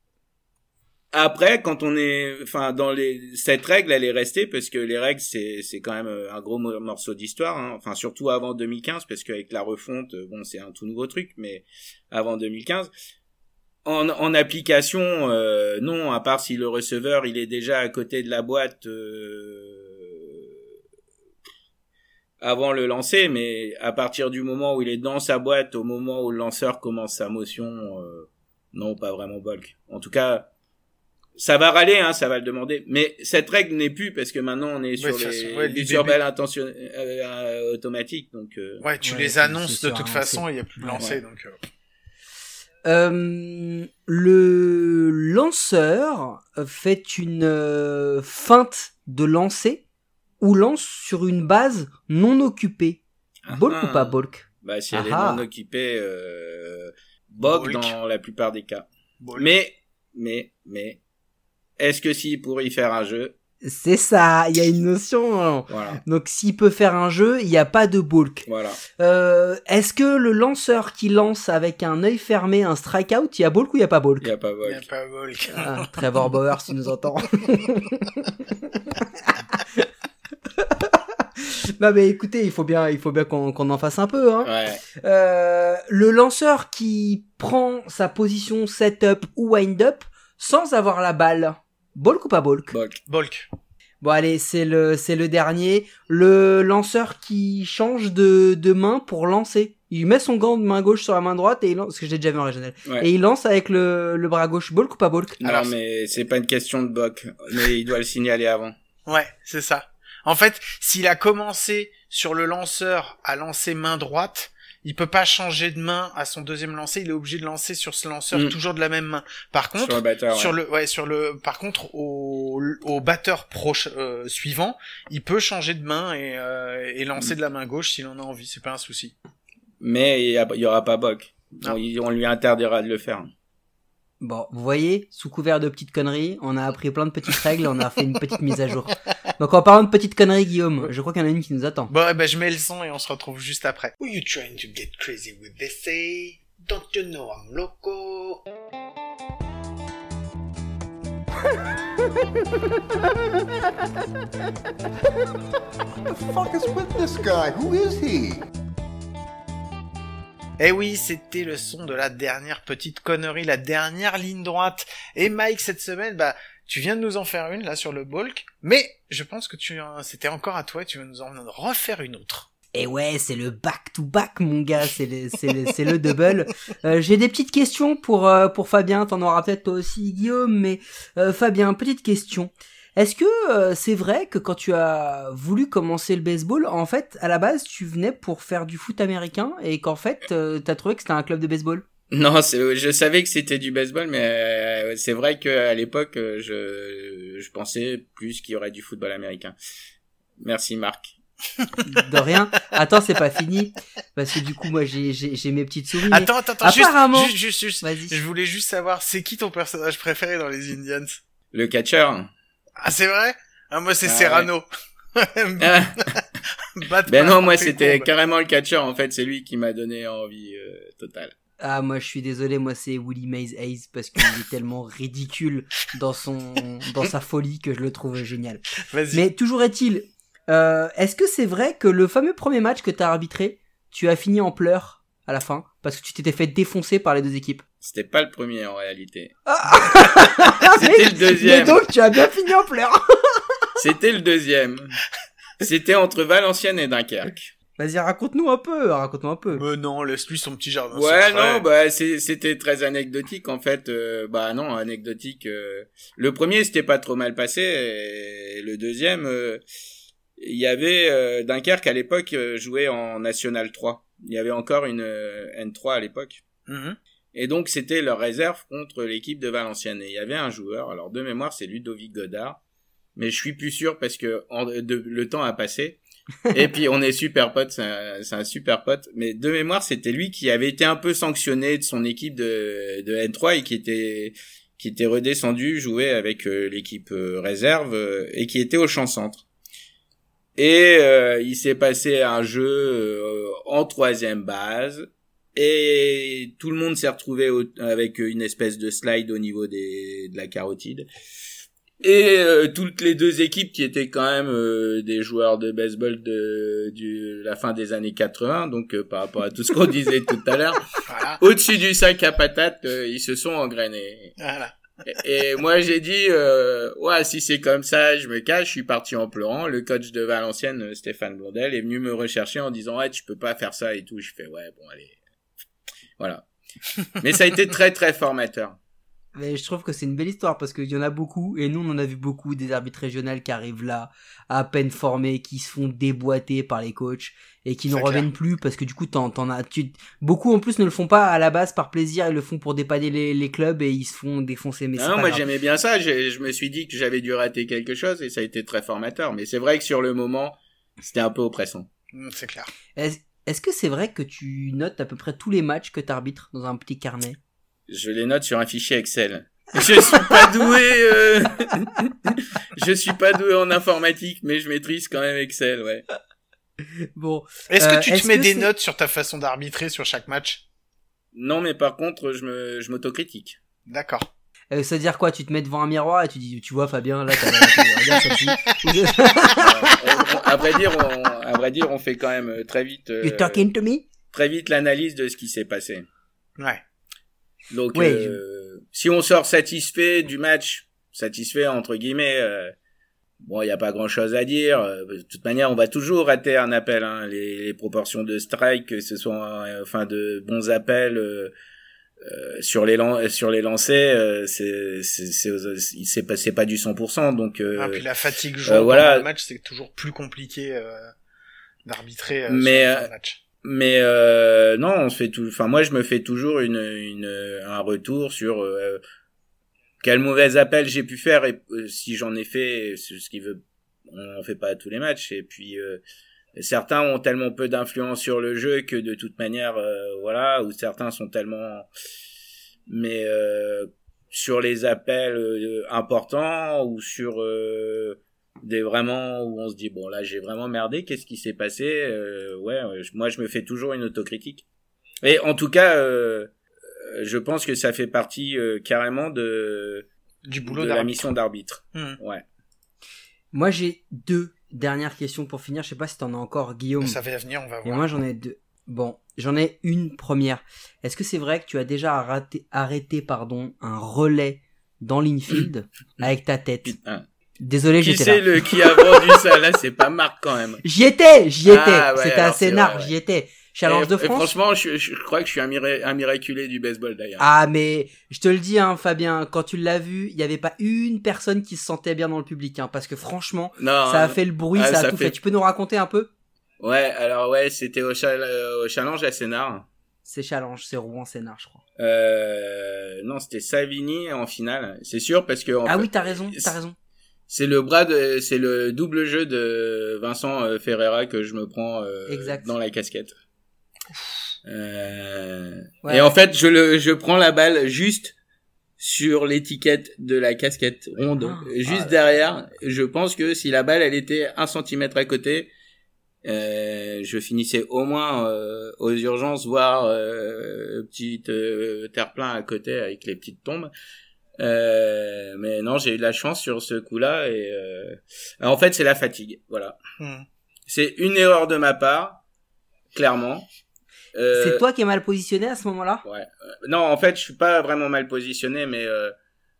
après, quand on est, enfin, dans les, cette règle, elle est restée parce que les règles, c'est, c'est quand même un gros mo- morceau d'histoire, hein. Enfin, surtout avant deux mille quinze, parce qu'avec la refonte, bon, c'est un tout nouveau truc, mais avant deux mille quinze, en, en application, euh, non, à part si le receveur, il est déjà à côté de la boîte, euh, avant le lancer, mais à partir du moment où il est dans sa boîte, au moment où le lanceur commence sa motion, euh, non, pas vraiment Balk. En tout cas, ça va râler, hein, ça va le demander. Mais cette règle n'est plus parce que maintenant on est sur de toute les, façon, ouais, les l'I B B. sur balle intention euh, euh, automatique, donc. Euh, Ouais, tu Ouais, les c'est- annonces c'est de toute sur un façon, lancé. il n'y a plus de Ouais. lancer, Ouais. donc... euh, Euh, le lanceur fait une euh, feinte de lancer ou lance sur une base non occupée. Balk ah, ou pas Balk? Bah si elle Ah est non occupée, euh, Balk Balk. dans la plupart des cas. Balk. Mais, mais, mais, est-ce que s'il pourrait y faire un jeu, C'est ça, il y a une notion. hein. voilà, Donc s'il peut faire un jeu, il n'y a pas de Balk. voilà. Euh, est-ce que le lanceur qui lance avec un œil fermé un strikeout, il y a Balk ou il n'y a pas Il Balk? y a pas Il n'y a Balk. pas Balk. Ah, Trevor Bauer, si tu nous entends. Non mais écoutez, il faut bien, il faut bien qu'on qu'on en fasse un peu. Hein. Ouais. Euh, le lanceur qui prend sa position setup ou wind-up sans avoir la balle. Balk ou pas Balk? Balk. Balk. Bon allez, c'est le, c'est le dernier. Le lanceur qui change de, de main pour lancer. Il met son gant de main gauche sur la main droite et il lance, ce que j'ai déjà vu en régional. Ouais. Et il lance avec le, le bras gauche. Balk ou pas Balk? Non, Alors, mais c'est pas une question de Balk, mais il doit le signaler avant. Ouais, c'est ça. En fait, s'il a commencé sur le lanceur à lancer main droite, il peut pas changer de main à son deuxième lancer, il est obligé de lancer sur ce lanceur Mm. toujours de la même main. Par contre, Sur le batteur, ouais. sur le ouais, sur le par contre au au batteur proche euh, suivant, il peut changer de main et euh, et lancer de la main gauche s'il en a envie, c'est pas un souci. Mais il y, a- il y aura pas Balk. Non. On, il- on lui interdira de le faire. Bon, vous voyez, sous couvert de petites conneries, on a appris plein de petites règles, on a fait une petite mise à jour. Donc en parlant de petites conneries, Guillaume, je crois qu'il y en a une qui nous attend. Bon, eh ben je mets le son et on se retrouve juste après. Who you trying to get crazy with this say? Don't you know I'm loco? The fuck is with this guy? Who is he? Eh oui, c'était le son de la dernière petite connerie, la dernière ligne droite. Et Mike, cette semaine, bah, tu viens de nous en faire une, là, sur le Balk. Mais, je pense que tu, c'était encore à toi et tu vas nous en refaire une autre. Et ouais, c'est le back-to-back, mon gars, c'est le, c'est le, c'est le double. Euh, j'ai des petites questions pour, euh, pour Fabien, t'en auras peut-être toi aussi, Guillaume, mais euh, Fabien, petite question. Est-ce que euh, c'est vrai que quand tu as voulu commencer le baseball, en fait, à la base, tu venais pour faire du foot américain et qu'en fait, euh, t'as trouvé que c'était un club de baseball? Non, c'est, je savais que c'était du baseball, mais euh, c'est vrai qu'à l'époque, je, je pensais plus qu'il y aurait du football américain. Merci Marc. De rien. Attends, c'est pas fini parce que du coup, moi, j'ai j'ai, j'ai mes petites souris. Attends, attends, attends. Apparemment... Juste, juste, juste, juste. Vas-y. Je voulais juste savoir, c'est qui ton personnage préféré dans les Indians? Le catcher. Ah, c'est vrai? Ah, moi, c'est ah, Serrano. Ouais. Ben non, moi, c'était carrément le catcher. En fait, c'est lui qui m'a donné envie euh, totale. Ah, moi, je suis désolé, moi, c'est Willie Mays Hayes, parce qu'il est tellement ridicule dans son, dans sa folie que je le trouve génial. Vas-y. Mais toujours est-il, euh, est-ce que c'est vrai que le fameux premier match que t'as arbitré, tu as fini en pleurs à la fin, parce que tu t'étais fait défoncer par les deux équipes? C'était pas le premier, en réalité. Ah C'était le deuxième. Mais donc, tu as bien fini en pleurs. C'était le deuxième. C'était entre Valenciennes et Dunkerque. Vas-y, raconte-nous un peu, raconte-nous un peu. Mais non, laisse-lui son petit jardin. Ouais, non, bah c'est, c'était très anecdotique en fait. Euh, bah non, anecdotique. Euh... Le premier, c'était pas trop mal passé. Et le deuxième, euh, il y avait euh, Dunkerque à l'époque euh, jouait en National trois. Il y avait encore une euh, N trois à l'époque. Mm-hmm. Et donc c'était leur réserve contre l'équipe de Valenciennes. Et il y avait un joueur. Alors de mémoire, c'est Ludovic Godard. Mais je suis plus sûr parce que en, de, le temps a passé. Et puis on est super potes, c'est un, c'est un super pote. Mais de mémoire, c'était lui qui avait été un peu sanctionné de son équipe de, de N trois et qui était qui était redescendu jouer avec euh, l'équipe euh, réserve euh, et qui était au champ-centre. Et euh, il s'est passé un jeu euh, en troisième base et tout le monde s'est retrouvé au, avec une espèce de slide au niveau des, de la carotide. Et euh, toutes les deux équipes qui étaient quand même euh, des joueurs de baseball de du la fin des années quatre-vingts, donc euh, par rapport à tout ce qu'on disait tout à l'heure, voilà. Au-dessus du sac à patates, euh, ils se sont engrainés. Voilà. Et, et moi j'ai dit euh, ouais, si c'est comme ça, je me cache, je suis parti en pleurant. Le coach de Valenciennes, Stéphane Blondel, est venu me rechercher en disant ouais, tu peux pas faire ça et tout. Je fais ouais, bon allez. Voilà. Mais ça a été très très formateur. Mais je trouve que c'est une belle histoire parce qu'il y en a beaucoup et nous on en a vu beaucoup des arbitres régionales qui arrivent là à peine formés, qui se font déboîter par les coachs et qui ne reviennent plus parce que du coup t'en, t'en as tu, beaucoup en plus ne le font pas à la base par plaisir, ils le font pour dépanner les, les clubs et ils se font défoncer. Mais non, c'est pas moi grave. J'aimais bien ça, je, je me suis dit que j'avais dû rater quelque chose et ça a été très formateur, mais c'est vrai que sur le moment c'était un peu oppressant. Mmh, c'est clair. Est-ce, est-ce que c'est vrai que tu notes à peu près tous les matchs que t'arbitres dans un petit carnet? Je les note sur un fichier Excel. Je suis pas doué, euh... je suis pas doué en informatique, mais je maîtrise quand même Excel, ouais. Bon. Est-ce euh, que tu est-ce te mets que des c'est... notes sur ta façon d'arbitrer sur chaque match? Non, mais par contre, je me, je m'autocritique. D'accord. Euh, ça veut dire quoi? Tu te mets devant un miroir et tu dis, tu vois, Fabien, là, t'as regarde celle-ci. À vrai dire, on, à vrai dire, on fait quand même très vite, euh, You talking to me? Très vite l'analyse de ce qui s'est passé. Ouais. Donc, ouais, euh, je... si on sort satisfait du match, satisfait entre guillemets, euh, bon, il y a pas grand-chose à dire. De toute manière, on va toujours rater un appel. Hein. Les, les proportions de strike, que ce soit, euh, enfin, de bons appels euh, euh, sur les lan- sur les lancers, euh, c'est c'est c'est c'est pas c'est pas du cent pour cent. Donc, euh, ah, puis la fatigue joue euh, voilà. dans le match, c'est toujours plus compliqué euh, d'arbitrer euh, mais sur un match. Mais euh, non, on se fait tout. Enfin, moi, je me fais toujours une, une un retour sur euh, quel mauvais appel j'ai pu faire et euh, si j'en ai fait, ce qui veut, on en fait pas à tous les matchs. Et puis euh, certains ont tellement peu d'influence sur le jeu que de toute manière, euh, voilà, ou certains sont tellement. Mais euh, sur les appels euh, importants ou sur euh, des vraiment où on se dit bon là j'ai vraiment merdé, qu'est-ce qui s'est passé, euh, ouais je, moi je me fais toujours une autocritique et en tout cas euh, je pense que ça fait partie euh, carrément de du boulot de d'arbitre. la mission d'arbitre. Mmh. Ouais. Moi j'ai deux dernières questions pour finir, je sais pas si t'en as encore, Guillaume. Ça va venir, on va voir. Et moi j'en ai deux. Bon, j'en ai une première. Est-ce que c'est vrai que tu as déjà arrêté, arrêté pardon un relais dans l'infield avec ta tête? Putain. Désolé, qui j'étais c'est là. le qui a vendu ça là, c'est pas Marc quand même. J'y étais, j'y étais. Ah, ouais, C'était alors assez c'est nard, vrai, ouais. j'y étais. Challenge et, de et France. franchement, je, je crois que je suis un, mira- un miraculé du baseball d'ailleurs. Ah, mais je te le dis, hein, Fabien, quand tu l'as vu, il y avait pas une personne qui se sentait bien dans le public, hein, parce que franchement, Non, ça a fait le bruit, ah, ça a ça tout fait... fait. Tu peux nous raconter un peu? Ouais, alors ouais, c'était au, chal- au challenge à Sénart. C'est Challenge, c'est Rouen-Sénart, je crois. Euh, non, c'était Savigny en finale. C'est sûr parce que en Ah fait, oui, t'as raison, t'as raison. C'est le bras de, c'est le double jeu de Vincent Ferreira que je me prends euh, dans la casquette. Euh, ouais. Et en fait, je le, je prends la balle juste sur l'étiquette de la casquette ronde, ah, juste ah, derrière. Je pense que si la balle elle était un centimètre à côté, euh, je finissais au moins euh, aux urgences, voire euh, petite euh, terre-plein à côté avec les petites tombes. Euh, mais non, j'ai eu de la chance sur ce coup-là et euh... en fait c'est la fatigue, voilà. Hmm. C'est une erreur de ma part, clairement. Euh... C'est toi qui es mal positionné à ce moment-là? Ouais. Euh, non, en fait, je suis pas vraiment mal positionné, mais euh,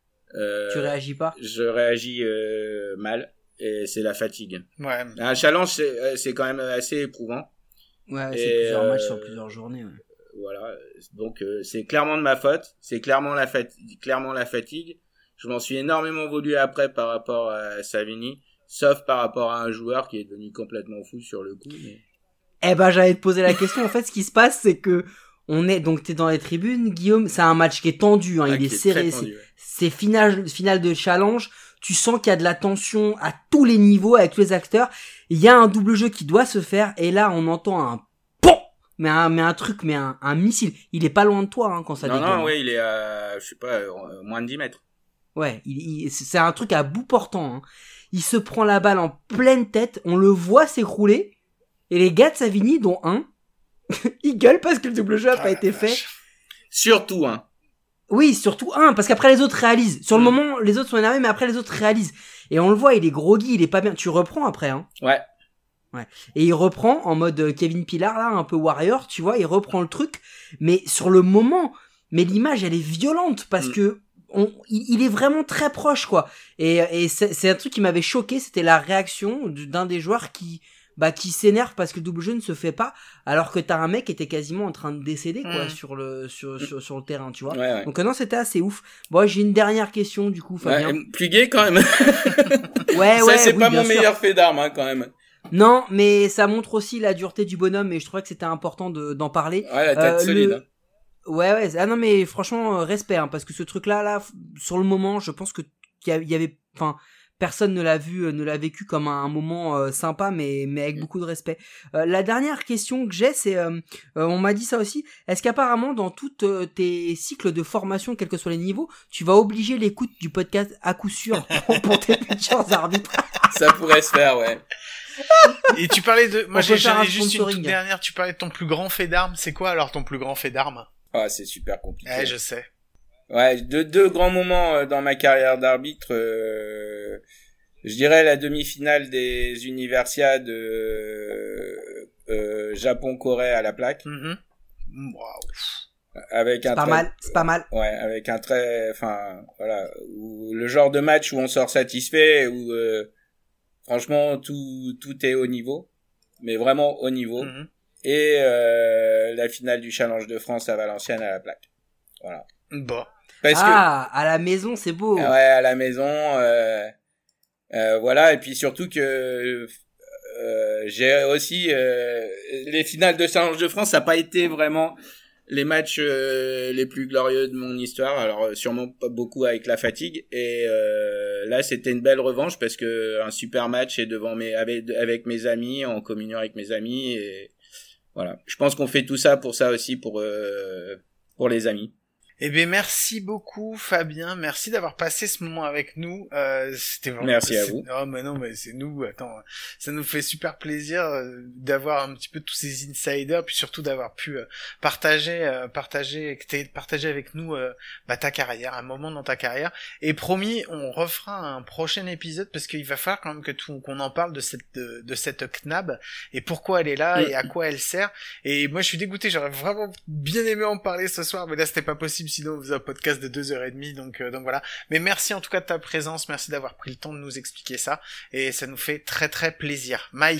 euh, tu réagis pas? Je réagis euh, mal et c'est la fatigue. Ouais. Un challenge, c'est, c'est quand même assez éprouvant. Ouais, et c'est plusieurs euh... matchs sur plusieurs journées. Ouais. Voilà, donc euh, c'est clairement de ma faute, c'est clairement la fatigue, clairement la fatigue. Je m'en suis énormément voulu après par rapport à Savigny, sauf par rapport à un joueur qui est devenu complètement fou sur le coup. Mais... Eh ben j'allais te poser la question. En fait, ce qui se passe, c'est que on est donc t'es dans les tribunes, Guillaume. C'est un match qui est tendu, hein, ah, il est, est serré. Tendu, c'est, ouais. c'est finale, finale de challenge. Tu sens qu'il y a de la tension à tous les niveaux avec tous les acteurs. Il y a un double jeu qui doit se faire, et là on entend un mais un mais un truc mais un un missile, il est pas loin de toi hein quand ça non dégueule. non ouais il est à je sais pas euh, moins de dix mètres. Ouais, il, il c'est un truc à bout portant hein. Il se prend la balle en pleine tête, on le voit s'écrouler et les gars de Savigny dont un ils gueulent parce que le double jeu a ah, pas été fait. Surtout un. Oui, surtout un parce qu'après les autres réalisent. Sur mmh. le moment, les autres sont énervés mais après les autres réalisent. Et on le voit, il est groggy, il est pas bien. Tu reprends après hein. Ouais. Ouais. Et il reprend en mode Kevin Pillar là, un peu warrior, tu vois, il reprend le truc, mais sur le moment, mais l'image elle est violente parce mmh. que on, il, il est vraiment très proche quoi. Et, et c'est, c'est un truc qui m'avait choqué, c'était la réaction d'un des joueurs qui, bah, qui s'énerve parce que le double jeu ne se fait pas, alors que t'as un mec qui était quasiment en train de décéder quoi mmh. sur le sur, sur sur le terrain, tu vois. Ouais, ouais. Donc non, c'était assez ouf. Bon, j'ai une dernière question du coup, Fabien. Ouais, plus gay quand même. ouais, ça, ouais. c'est oui, pas mon sûr. meilleur fait d'armes hein, quand même. Non, mais ça montre aussi la dureté du bonhomme et je trouvais que c'était important de, d'en parler. Ouais, la tête euh, solide. Le... Ouais, ouais. Ah non, mais franchement, respect, hein, parce que ce truc-là, là, sur le moment, je pense que qu'il y avait, enfin, personne ne l'a vu, ne l'a vécu comme un, un moment euh, sympa, mais mais avec beaucoup de respect. Euh, la dernière question que j'ai, c'est, euh, euh, on m'a dit ça aussi. Est-ce qu'apparemment, dans tous euh, tes cycles de formation, quels que soient les niveaux, tu vas obliger l'écoute du podcast à coup sûr pour, pour tes futurs arbitres? Ça pourrait se faire, ouais. Et tu parlais de, moi j'ai, j'en ai juste une toute dernière, tu parlais de ton plus grand fait d'armes, c'est quoi alors ton plus grand fait d'armes? Ah, c'est super compliqué. Ouais, je sais. Ouais, deux, deux grands moments dans ma carrière d'arbitre, euh, je dirais la demi-finale des Universiades euh, euh, Japon-Corée à la plaque. Mm-hmm. Wow. Avec c'est un pas très, mal, c'est pas mal. Ouais, avec un très, enfin, voilà, où, le genre de match où on sort satisfait, où euh, franchement, tout, tout est au niveau, mais vraiment au niveau. Mm-hmm. Et euh, la finale du Challenge de France à Valenciennes à la plaque. Voilà. Bon. Parce ah, que, à la maison, c'est beau. Ouais, à la maison. Euh, euh, voilà, et puis surtout que euh, j'ai aussi... Euh, les finales de Challenge de France, ça n'a pas été vraiment les matchs euh, les plus glorieux de mon histoire. Alors sûrement pas beaucoup avec la fatigue. Et euh, là, c'était une belle revanche parce que un super match et devant mes avec, avec mes amis, en communion avec mes amis. Et voilà. Je pense qu'on fait tout ça pour ça aussi, pour euh, pour les amis. Eh bien, merci beaucoup, Fabien. Merci d'avoir passé ce moment avec nous. Euh, c'était vraiment... Merci à vous. Oh, mais non, mais c'est nous. Attends, ça nous fait super plaisir euh, d'avoir un petit peu tous ces insiders, puis surtout d'avoir pu euh, partager, euh, partager, partager avec nous euh, bah, ta carrière, un moment dans ta carrière. Et promis, on refera un prochain épisode parce qu'il va falloir quand même que tout, qu'on en parle de cette, de, de cette C N A B et pourquoi elle est là et à quoi elle sert. Et moi, je suis dégoûté. J'aurais vraiment bien aimé en parler ce soir, mais là, c'était pas possible. Sinon on faisait un podcast de deux heures et demie, donc euh, donc voilà. Mais merci en tout cas de ta présence, merci d'avoir pris le temps de nous expliquer ça, et ça nous fait très très plaisir. Mike.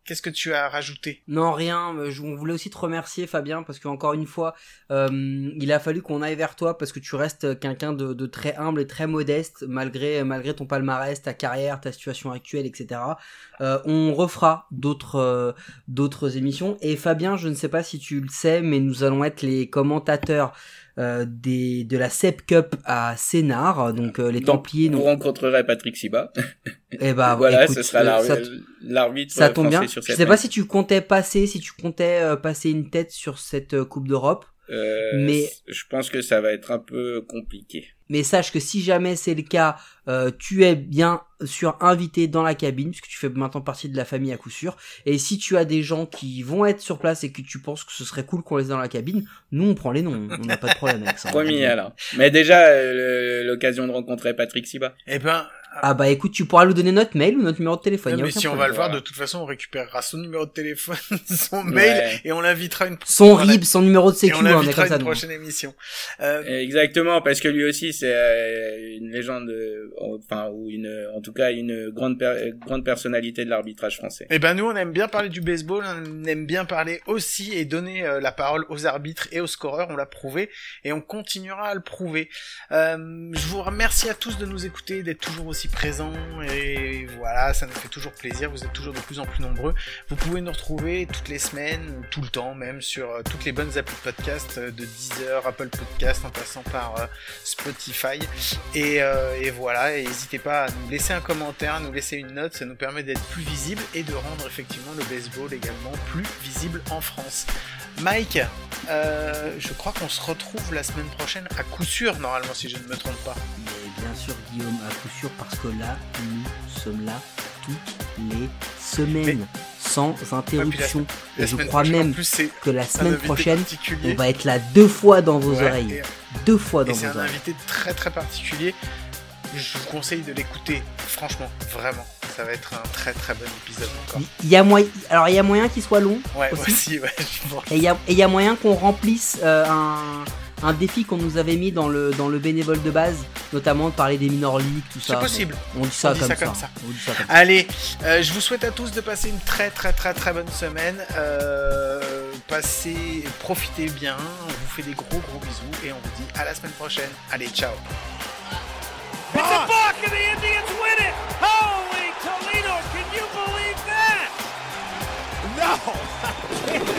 qu'est-ce que tu as rajouté? Non, rien. Je on voulait aussi te remercier, Fabien, parce que encore une fois, euh, il a fallu qu'on aille vers toi parce que tu restes quelqu'un de, de très humble et très modeste malgré malgré ton palmarès, ta carrière, ta situation actuelle, et cetera. Euh, on refera d'autres euh, d'autres émissions. Et Fabien, je ne sais pas si tu le sais, mais nous allons être les commentateurs euh, des de la S E P Cup à Sénart, donc euh, les Donc, Templiers. vous Donc, rencontrerez Patrick Siba. et bah Voilà, écoute, ce sera euh, l'arbitre, ça, l'arbitre ça tombe français bien. sur Je cette sais pas match. si tu comptais passer, si tu comptais euh, passer une tête sur cette euh, Coupe d'Europe. Euh, Mais- je pense que ça va être un peu compliqué. Mais sache que si jamais c'est le cas, euh, tu es bien sûr invité dans la cabine, puisque tu fais maintenant partie de la famille à coup sûr. Et si tu as des gens qui vont être sur place et que tu penses que ce serait cool qu'on les ait dans la cabine, nous on prend les noms, on n'a pas de problème avec ça. Promis alors. Mais déjà, euh, l'occasion de rencontrer Patrick Siba. Eh ben, Ah bah écoute, tu pourras lui donner notre mail ou notre numéro de téléphone. non, y a mais aucun si on va problème. le voir, Voilà. de toute façon, on récupérera son numéro de téléphone, son mail, Ouais. et on l'invitera une Son on l'a- R I B, son numéro de et sécu, on on est l'invitera comme ça. à une nous. prochaine émission. Euh, Exactement, parce que lui aussi c'est euh, une légende, euh, enfin ou une, en tout cas une grande per- grande personnalité de l'arbitrage français. Eh ben nous on aime bien parler du baseball, on aime bien parler aussi et donner euh, la parole aux arbitres et aux scoreurs, on l'a prouvé et on continuera à le prouver. Euh, je vous remercie à tous de nous écouter, d'être toujours aussi présents et voilà, ça nous fait toujours plaisir, vous êtes toujours de plus en plus nombreux. Vous pouvez nous retrouver toutes les semaines, tout le temps même, sur euh, toutes les bonnes applis de podcast, euh, de Deezer, Apple Podcast en passant par euh, Spotify et, euh, et voilà, et n'hésitez pas à nous laisser un commentaire, à nous laisser une note, ça nous permet d'être plus visible et de rendre effectivement le baseball également plus visible en France. Mike, euh, je crois qu'on se retrouve la semaine prochaine à coup sûr normalement si je ne me trompe pas. Mais bien sûr Guillaume, à coup sûr, parce que là, nous sommes là toutes les semaines, sans interruption. La Et je semaine crois prochaine, en même plus, c'est que la un semaine invité prochaine, particulier. on va être là deux fois dans vos Ouais, oreilles. et- Deux fois dans Et c'est vos un oreilles. invité très très particulier. Je vous conseille de l'écouter, franchement, vraiment. Ça va être un très très bon épisode encore. Il y a moyen, alors il y a moyen qu'il soit long. Ouais, aussi. aussi, ouais. je pense. Et il y a, et il y a moyen qu'on remplisse euh, un, un défi qu'on nous avait mis dans le dans le bénévole de base, notamment de parler des minor leagues, tout ça. C'est possible. On dit ça, On dit comme, ça ça. comme ça. On dit ça comme ça. Allez, euh, je vous souhaite à tous de passer une très très très très bonne semaine. Euh, passez, profitez bien. On vous fait des gros gros bisous et on vous dit à la semaine prochaine. Allez, ciao. It's a balk and the Indians win it! Holy Toledo, can you believe that? No!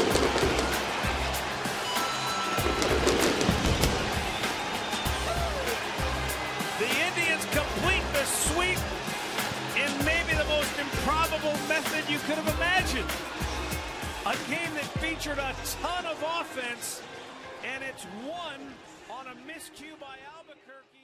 The Indians complete the sweep in maybe the most improbable method you could have imagined. A game that featured a ton of offense, and it's won on a miscue by Albuquerque.